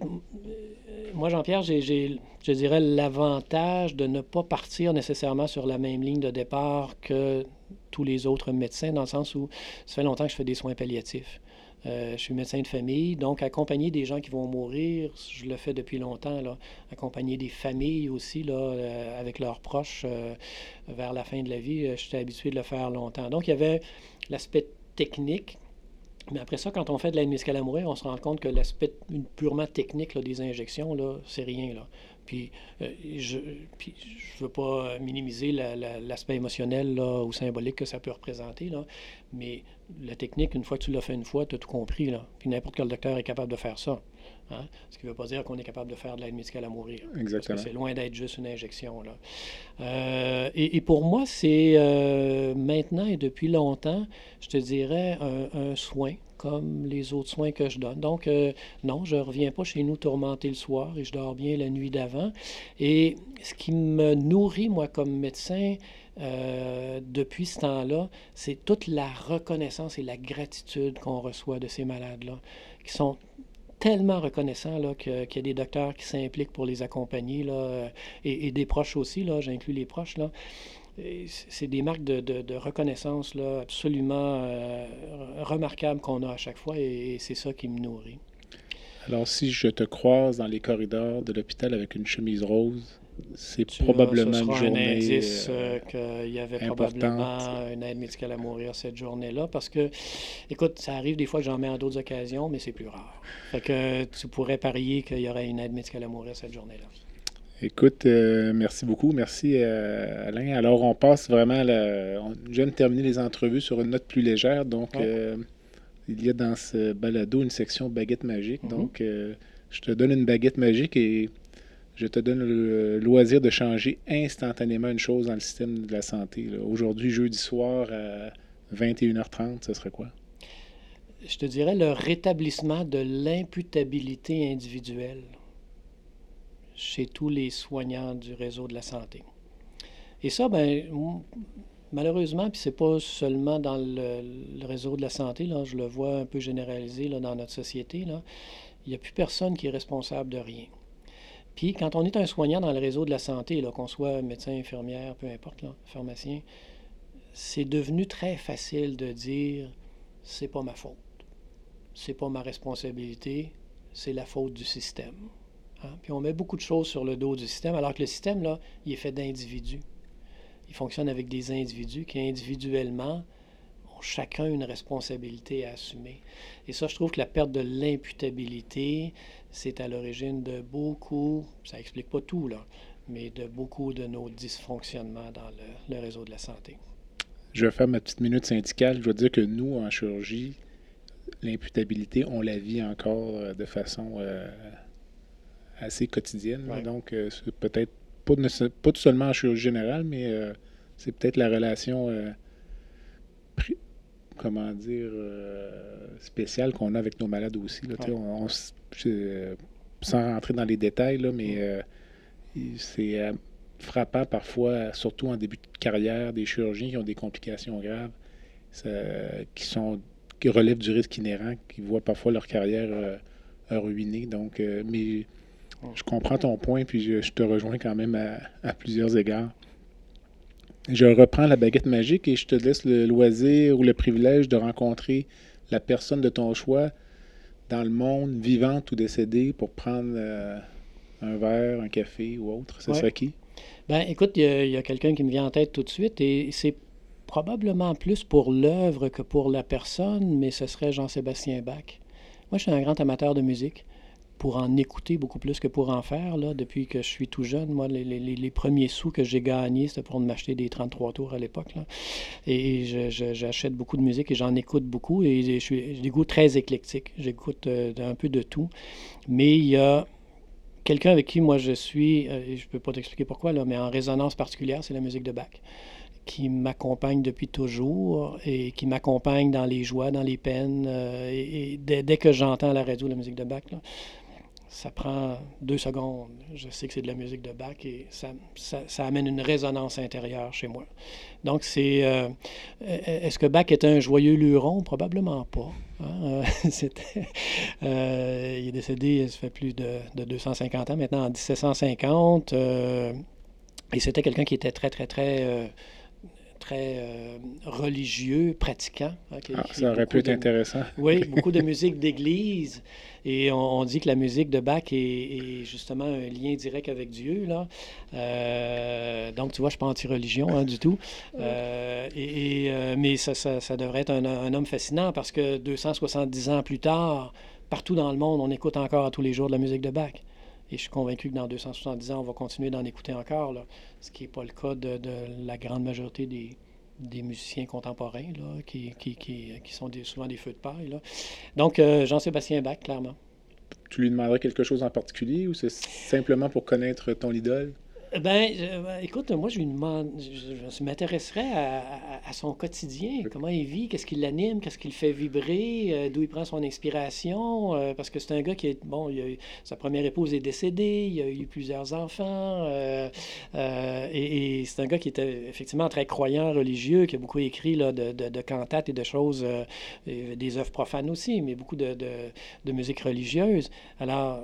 moi, Jean-Pierre, j'ai, j'ai, je dirais, l'avantage de ne pas partir nécessairement sur la même ligne de départ que tous les autres médecins, dans le sens où ça fait longtemps que je fais des soins palliatifs. Euh, je suis médecin de famille, donc accompagner des gens qui vont mourir, je le fais depuis longtemps, là. Accompagner des familles aussi, là, euh, avec leurs proches euh, vers la fin de la vie, euh, j'étais habitué de le faire longtemps. Donc, il y avait l'aspect technique. Mais après ça, quand on fait de l'aide médicale à mourir, on se rend compte que l'aspect purement technique là, des injections, là, c'est rien. Là. Puis, euh, je ne veux pas minimiser la, la, l'aspect émotionnel là, ou symbolique que ça peut représenter, là, mais la technique, une fois que tu l'as fait une fois, tu as tout compris. Là. Puis n'importe quel docteur est capable de faire ça. Hein? Ce qui ne veut pas dire qu'on est capable de faire de l'aide médicale à mourir. Exactement. Parce que c'est loin d'être juste une injection. Là. Euh, et, et pour moi, c'est euh, maintenant et depuis longtemps, je te dirais, un, un soin comme les autres soins que je donne. Donc, euh, non, je ne reviens pas chez nous tourmenté le soir et je dors bien la nuit d'avant. Et ce qui me nourrit, moi, comme médecin, euh, depuis ce temps-là, c'est toute la reconnaissance et la gratitude qu'on reçoit de ces malades-là, qui sont tellement reconnaissants là, que, qu'il y a des docteurs qui s'impliquent pour les accompagner, là, et, et des proches aussi, là, j'inclus les proches, là. C'est des marques de, de, de reconnaissance là, absolument euh, remarquables qu'on a à chaque fois et, et c'est ça qui me nourrit. Alors, si je te croise dans les corridors de l'hôpital avec une chemise rose, c'est tu probablement vois, une journée un indice euh, euh, qu'il y avait importante. Probablement une aide médicale à mourir cette journée-là parce que, écoute, ça arrive des fois que j'en mets en d'autres occasions, mais c'est plus rare. Fait que tu pourrais parier qu'il y aurait une aide médicale à mourir cette journée-là. Écoute, euh, merci beaucoup. Merci, euh, Alain. Alors, on passe vraiment à la... On vient de terminer les entrevues sur une note plus légère. Donc, ouais. euh, il y a dans ce balado une section baguette magique. Mm-hmm. Donc, euh, je te donne une baguette magique et je te donne le loisir de changer instantanément une chose dans le système de la santé. Là. Aujourd'hui, jeudi soir, à vingt et une heures trente, ce serait quoi? Je te dirais le rétablissement de l'imputabilité individuelle chez tous les soignants du réseau de la santé. Et ça, ben, malheureusement, puis c'est pas seulement dans le, le réseau de la santé, là, je le vois un peu généralisé là, dans notre société, là, il n'y a plus personne qui est responsable de rien. Puis quand on est un soignant dans le réseau de la santé, là, qu'on soit médecin, infirmière, peu importe, là, pharmacien, c'est devenu très facile de dire « c'est pas ma faute, c'est pas ma responsabilité, c'est la faute du système ». Hein? Puis on met beaucoup de choses sur le dos du système, alors que le système, là, il est fait d'individus. Il fonctionne avec des individus qui, individuellement, ont chacun une responsabilité à assumer. Et ça, je trouve que la perte de l'imputabilité, c'est à l'origine de beaucoup, ça explique pas tout, là, mais de beaucoup de nos dysfonctionnements dans le, le réseau de la santé. Je vais faire ma petite minute syndicale. Je vais dire que nous, en chirurgie, l'imputabilité, on la vit encore euh, de façon euh, assez quotidienne. Ouais. Donc, euh, c'est peut-être pas, ne, pas tout seulement en chirurgie générale, mais euh, c'est peut-être la relation, euh, pri- comment dire, euh, spéciale qu'on a avec nos malades aussi. Là, Ouais. on, on, je, sans rentrer dans les détails, là, mais euh, c'est euh, frappant parfois, surtout en début de carrière, des chirurgiens qui ont des complications graves, ça, qui sont qui relèvent du risque inhérent, qui voient parfois leur carrière euh, ruinée. Donc, euh, mais je comprends ton point, puis je, je te rejoins quand même à, à plusieurs égards. Je reprends la baguette magique et je te laisse le loisir ou le privilège de rencontrer la personne de ton choix dans le monde, vivante ou décédée, pour prendre euh, un verre, un café ou autre. Ce Ouais. serait qui? Ben, écoute, il y, y a quelqu'un qui me vient en tête tout de suite et c'est probablement plus pour l'œuvre que pour la personne, mais ce serait Jean-Sébastien Bach. Moi, je suis un grand amateur de musique, pour en écouter beaucoup plus que pour en faire. Là, depuis que je suis tout jeune, moi, les, les, les premiers sous que j'ai gagnés, c'était pour m'acheter des trente-trois tours à l'époque. Là. Et je, je, j'achète beaucoup de musique et j'en écoute beaucoup. Et je suis, j'ai des goûts très éclectiques. J'écoute euh, un peu de tout. Mais il y a quelqu'un avec qui moi je suis, euh, je ne peux pas t'expliquer pourquoi, là, mais en résonance particulière, c'est la musique de Bach, qui m'accompagne depuis toujours et qui m'accompagne dans les joies, dans les peines. Euh, et, et dès, dès que j'entends à la radio la musique de Bach, là, ça prend deux secondes. Je sais que c'est de la musique de Bach et ça, ça, ça amène une résonance intérieure chez moi. Donc, c'est... Euh, est-ce que Bach était un joyeux luron? Probablement pas. Hein? C'était, euh, il est décédé, ça fait plus de, de deux cent cinquante ans, maintenant en dix-sept cent cinquante. Euh, et c'était quelqu'un qui était très, très, très... Euh, très euh, religieux, pratiquant. Hein, ah, ça aurait pu être de, intéressant. Oui, beaucoup de musique d'église. Et on, on dit que la musique de Bach est, est justement un lien direct avec Dieu. Là. Euh, donc, tu vois, je ne suis pas anti-religion hein, du tout. Euh, et, et, euh, mais ça, ça, ça devrait être un, un homme fascinant parce que deux cent soixante-dix ans plus tard, partout dans le monde, on écoute encore à tous les jours de la musique de Bach. Et je suis convaincu que dans deux cent soixante-dix ans, on va continuer d'en écouter encore, là, ce qui n'est pas le cas de, de la grande majorité des, des musiciens contemporains, là, qui, qui, qui, qui sont des, souvent des feux de paille. Là. Donc, euh, Jean-Sébastien Bach, clairement. Tu lui demanderais quelque chose en particulier ou c'est simplement pour connaître ton idole? Ben, je, écoute, moi, je lui demande, je, je m'intéresserais à, à, à son quotidien, comment il vit, qu'est-ce qui l'anime, qu'est-ce qui le fait vibrer, euh, d'où il prend son inspiration, euh, parce que c'est un gars qui est, bon, il a eu, sa première épouse est décédée, il a eu plusieurs enfants, euh, euh, et, et c'est un gars qui était effectivement très croyant, religieux, qui a beaucoup écrit là, de, de, de cantates et de choses, euh, et des œuvres profanes aussi, mais beaucoup de, de, de musique religieuse. Alors,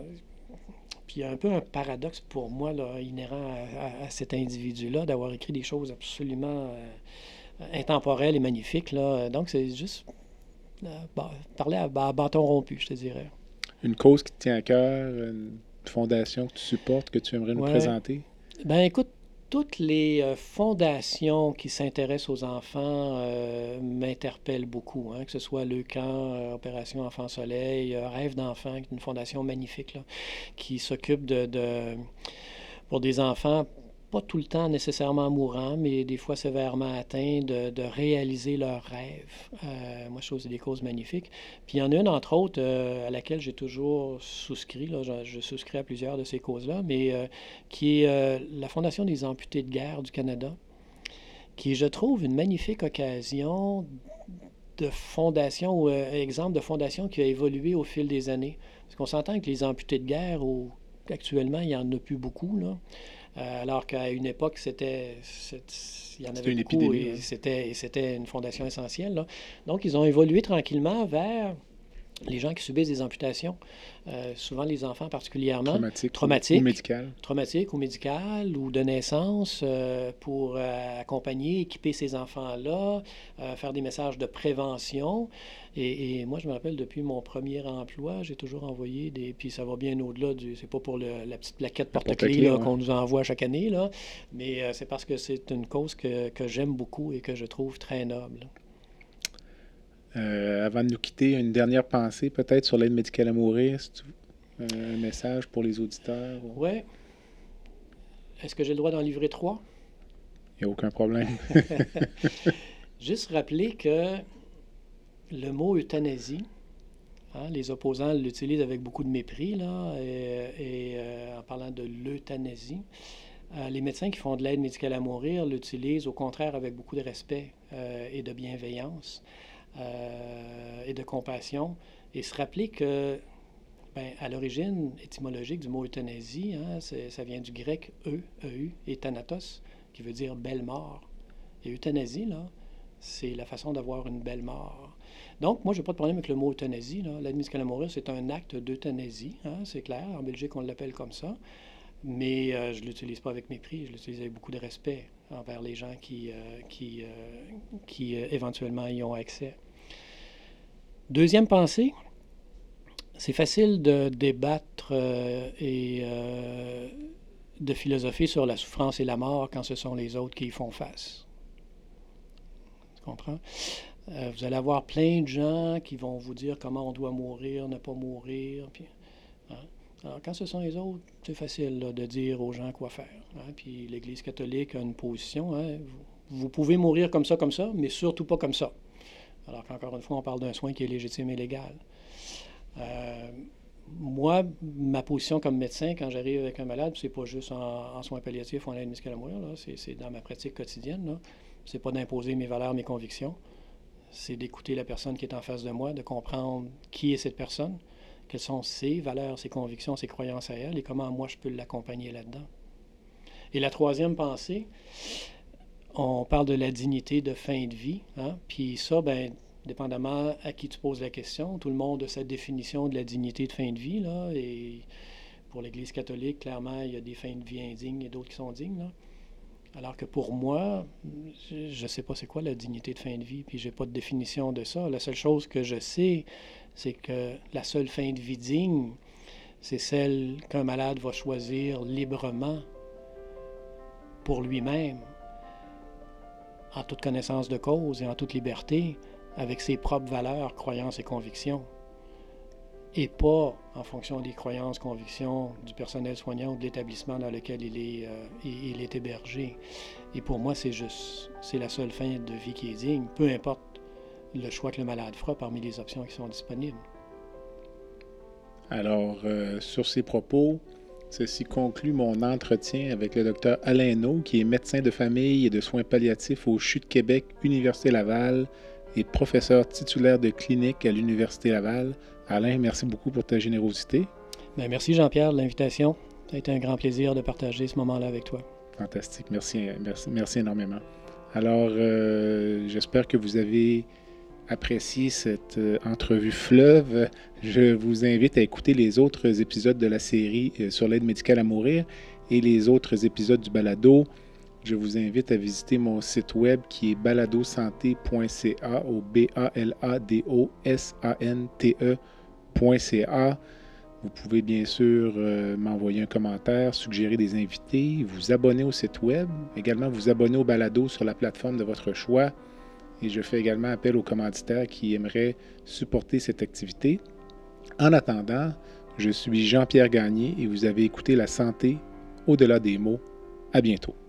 il y a un peu un paradoxe pour moi là, inhérent à, à, à cet individu-là, d'avoir écrit des choses absolument euh, intemporelles et magnifiques. Là. Donc, c'est juste euh, bah, parler à, à bâton rompu, je te dirais. Une cause qui te tient à cœur, une fondation que tu supportes, que tu aimerais nous ouais. présenter? Ben écoute, toutes les euh, fondations qui s'intéressent aux enfants euh, m'interpellent beaucoup, hein, que ce soit Le Camp, euh, Opération Enfant Soleil, euh, Rêve d'enfant, qui est une fondation magnifique là, qui s'occupe de, de, pour des enfants, pas tout le temps nécessairement mourants, mais des fois sévèrement atteints, de, de réaliser leurs rêves. Euh, moi, je trouve que c'est des causes magnifiques. Puis il y en a une, entre autres, euh, à laquelle j'ai toujours souscrit, là, je, je souscris à plusieurs de ces causes-là, mais euh, qui est euh, la Fondation des amputés de guerre du Canada, qui est, je trouve, une magnifique occasion de fondation, ou euh, exemple de fondation qui a évolué au fil des années. Parce qu'on s'entend que les amputés de guerre, au, actuellement, il n'y en a plus beaucoup, là. Euh, alors qu'à une époque, c'était, c'était, il y en avait une beaucoup épidémie, et, hein. c'était, et c'était une fondation essentielle. Là. Donc, ils ont évolué tranquillement vers les gens qui subissent des amputations, euh, souvent les enfants particulièrement. Traumatique, traumatiques, ou médical. Traumatiques ou médicales ou de naissance euh, pour euh, accompagner, équiper ces enfants-là, euh, faire des messages de prévention. Et, et moi, je me rappelle, depuis mon premier emploi, j'ai toujours envoyé des... Puis ça va bien au-delà du... C'est pas pour le, la petite plaquette porte-clés là, ouais. qu'on nous envoie chaque année, là, mais euh, c'est parce que c'est une cause que, que j'aime beaucoup et que je trouve très noble. Euh, avant de nous quitter, une dernière pensée peut-être sur l'aide médicale à mourir, euh, un message pour les auditeurs? Ou... Oui. Est-ce que j'ai le droit d'en livrer trois? Il n'y a aucun problème. Juste rappeler que le mot euthanasie Hein, les opposants l'utilisent avec beaucoup de mépris, là, et, et euh, en parlant de l'euthanasie. Euh, les médecins qui font de l'aide médicale à mourir l'utilisent au contraire avec beaucoup de respect euh, et de bienveillance euh, et de compassion. Et se rappeler que, ben, à l'origine étymologique du mot euthanasie, hein, ça vient du grec « e », « eu » et « thanatos », qui veut dire « belle mort ». Et euthanasie, là, c'est la façon d'avoir une belle mort. Donc, moi, je n'ai pas de problème avec le mot euthanasie. L'aide médicale à mourir, c'est un acte d'euthanasie, hein, c'est clair. En Belgique, on l'appelle comme ça. Mais euh, je ne l'utilise pas avec mépris, je l'utilise avec beaucoup de respect envers les gens qui, euh, qui, euh, qui euh, éventuellement y ont accès. Deuxième pensée, c'est facile de débattre euh, et euh, de philosopher sur la souffrance et la mort quand ce sont les autres qui y font face. Tu comprends? Euh, vous allez avoir plein de gens qui vont vous dire comment on doit mourir, ne pas mourir. Puis, hein? Alors, quand ce sont les autres, c'est facile là, de dire aux gens quoi faire. Hein? Puis l'Église catholique a une position. Hein? Vous, vous pouvez mourir comme ça, comme ça, mais surtout pas comme ça. Alors qu'encore une fois, on parle d'un soin qui est légitime et légal. Euh, moi, ma position comme médecin, quand j'arrive avec un malade, c'est pas juste en, en soins palliatifs ou en aide médicale à mourir, là, c'est, c'est dans ma pratique quotidienne. Là. C'est pas d'imposer mes valeurs, mes convictions. C'est d'écouter la personne qui est en face de moi, de comprendre qui est cette personne, quelles sont ses valeurs, ses convictions, ses croyances à elle et comment moi je peux l'accompagner là-dedans. Et la troisième pensée, on parle de la dignité de fin de vie. Hein? Puis ça, bien, dépendamment à qui tu poses la question, tout le monde a sa définition de la dignité de fin de vie. Là, et pour l'Église catholique, clairement, il y a des fins de vie indignes et d'autres qui sont dignes. Là. Alors que pour moi, je ne sais pas c'est quoi la dignité de fin de vie, puis je n'ai pas de définition de ça. La seule chose que je sais, c'est que la seule fin de vie digne, c'est celle qu'un malade va choisir librement pour lui-même, en toute connaissance de cause et en toute liberté, avec ses propres valeurs, croyances et convictions, et pas en fonction des croyances, convictions du personnel soignant ou de l'établissement dans lequel il est, euh, il est hébergé. Et pour moi, c'est juste, c'est la seule fin de vie qui est digne, peu importe le choix que le malade fera parmi les options qui sont disponibles. Alors, euh, sur ces propos, ceci conclut mon entretien avec le docteur Alain Hainaut, qui est médecin de famille et de soins palliatifs au C H U de Québec, Université Laval, et professeur titulaire de clinique à l'Université Laval. Alain, merci beaucoup pour ta générosité. Bien, merci Jean-Pierre de l'invitation. Ça a été un grand plaisir de partager ce moment-là avec toi. Fantastique, merci, merci, merci énormément. Alors, euh, j'espère que vous avez apprécié cette euh, entrevue fleuve. Je vous invite à écouter les autres épisodes de la série euh, sur l'aide médicale à mourir et les autres épisodes du balado. Je vous invite à visiter mon site web qui est baladosanté point c a au B A L A D O S A N T E point c a. Vous pouvez bien sûr euh, m'envoyer un commentaire, suggérer des invités, vous abonner au site web, également vous abonner au balado sur la plateforme de votre choix. Et je fais également appel aux commanditaires qui aimeraient supporter cette activité. En attendant, je suis Jean-Pierre Gagné et vous avez écouté La santé au-delà des mots. À bientôt.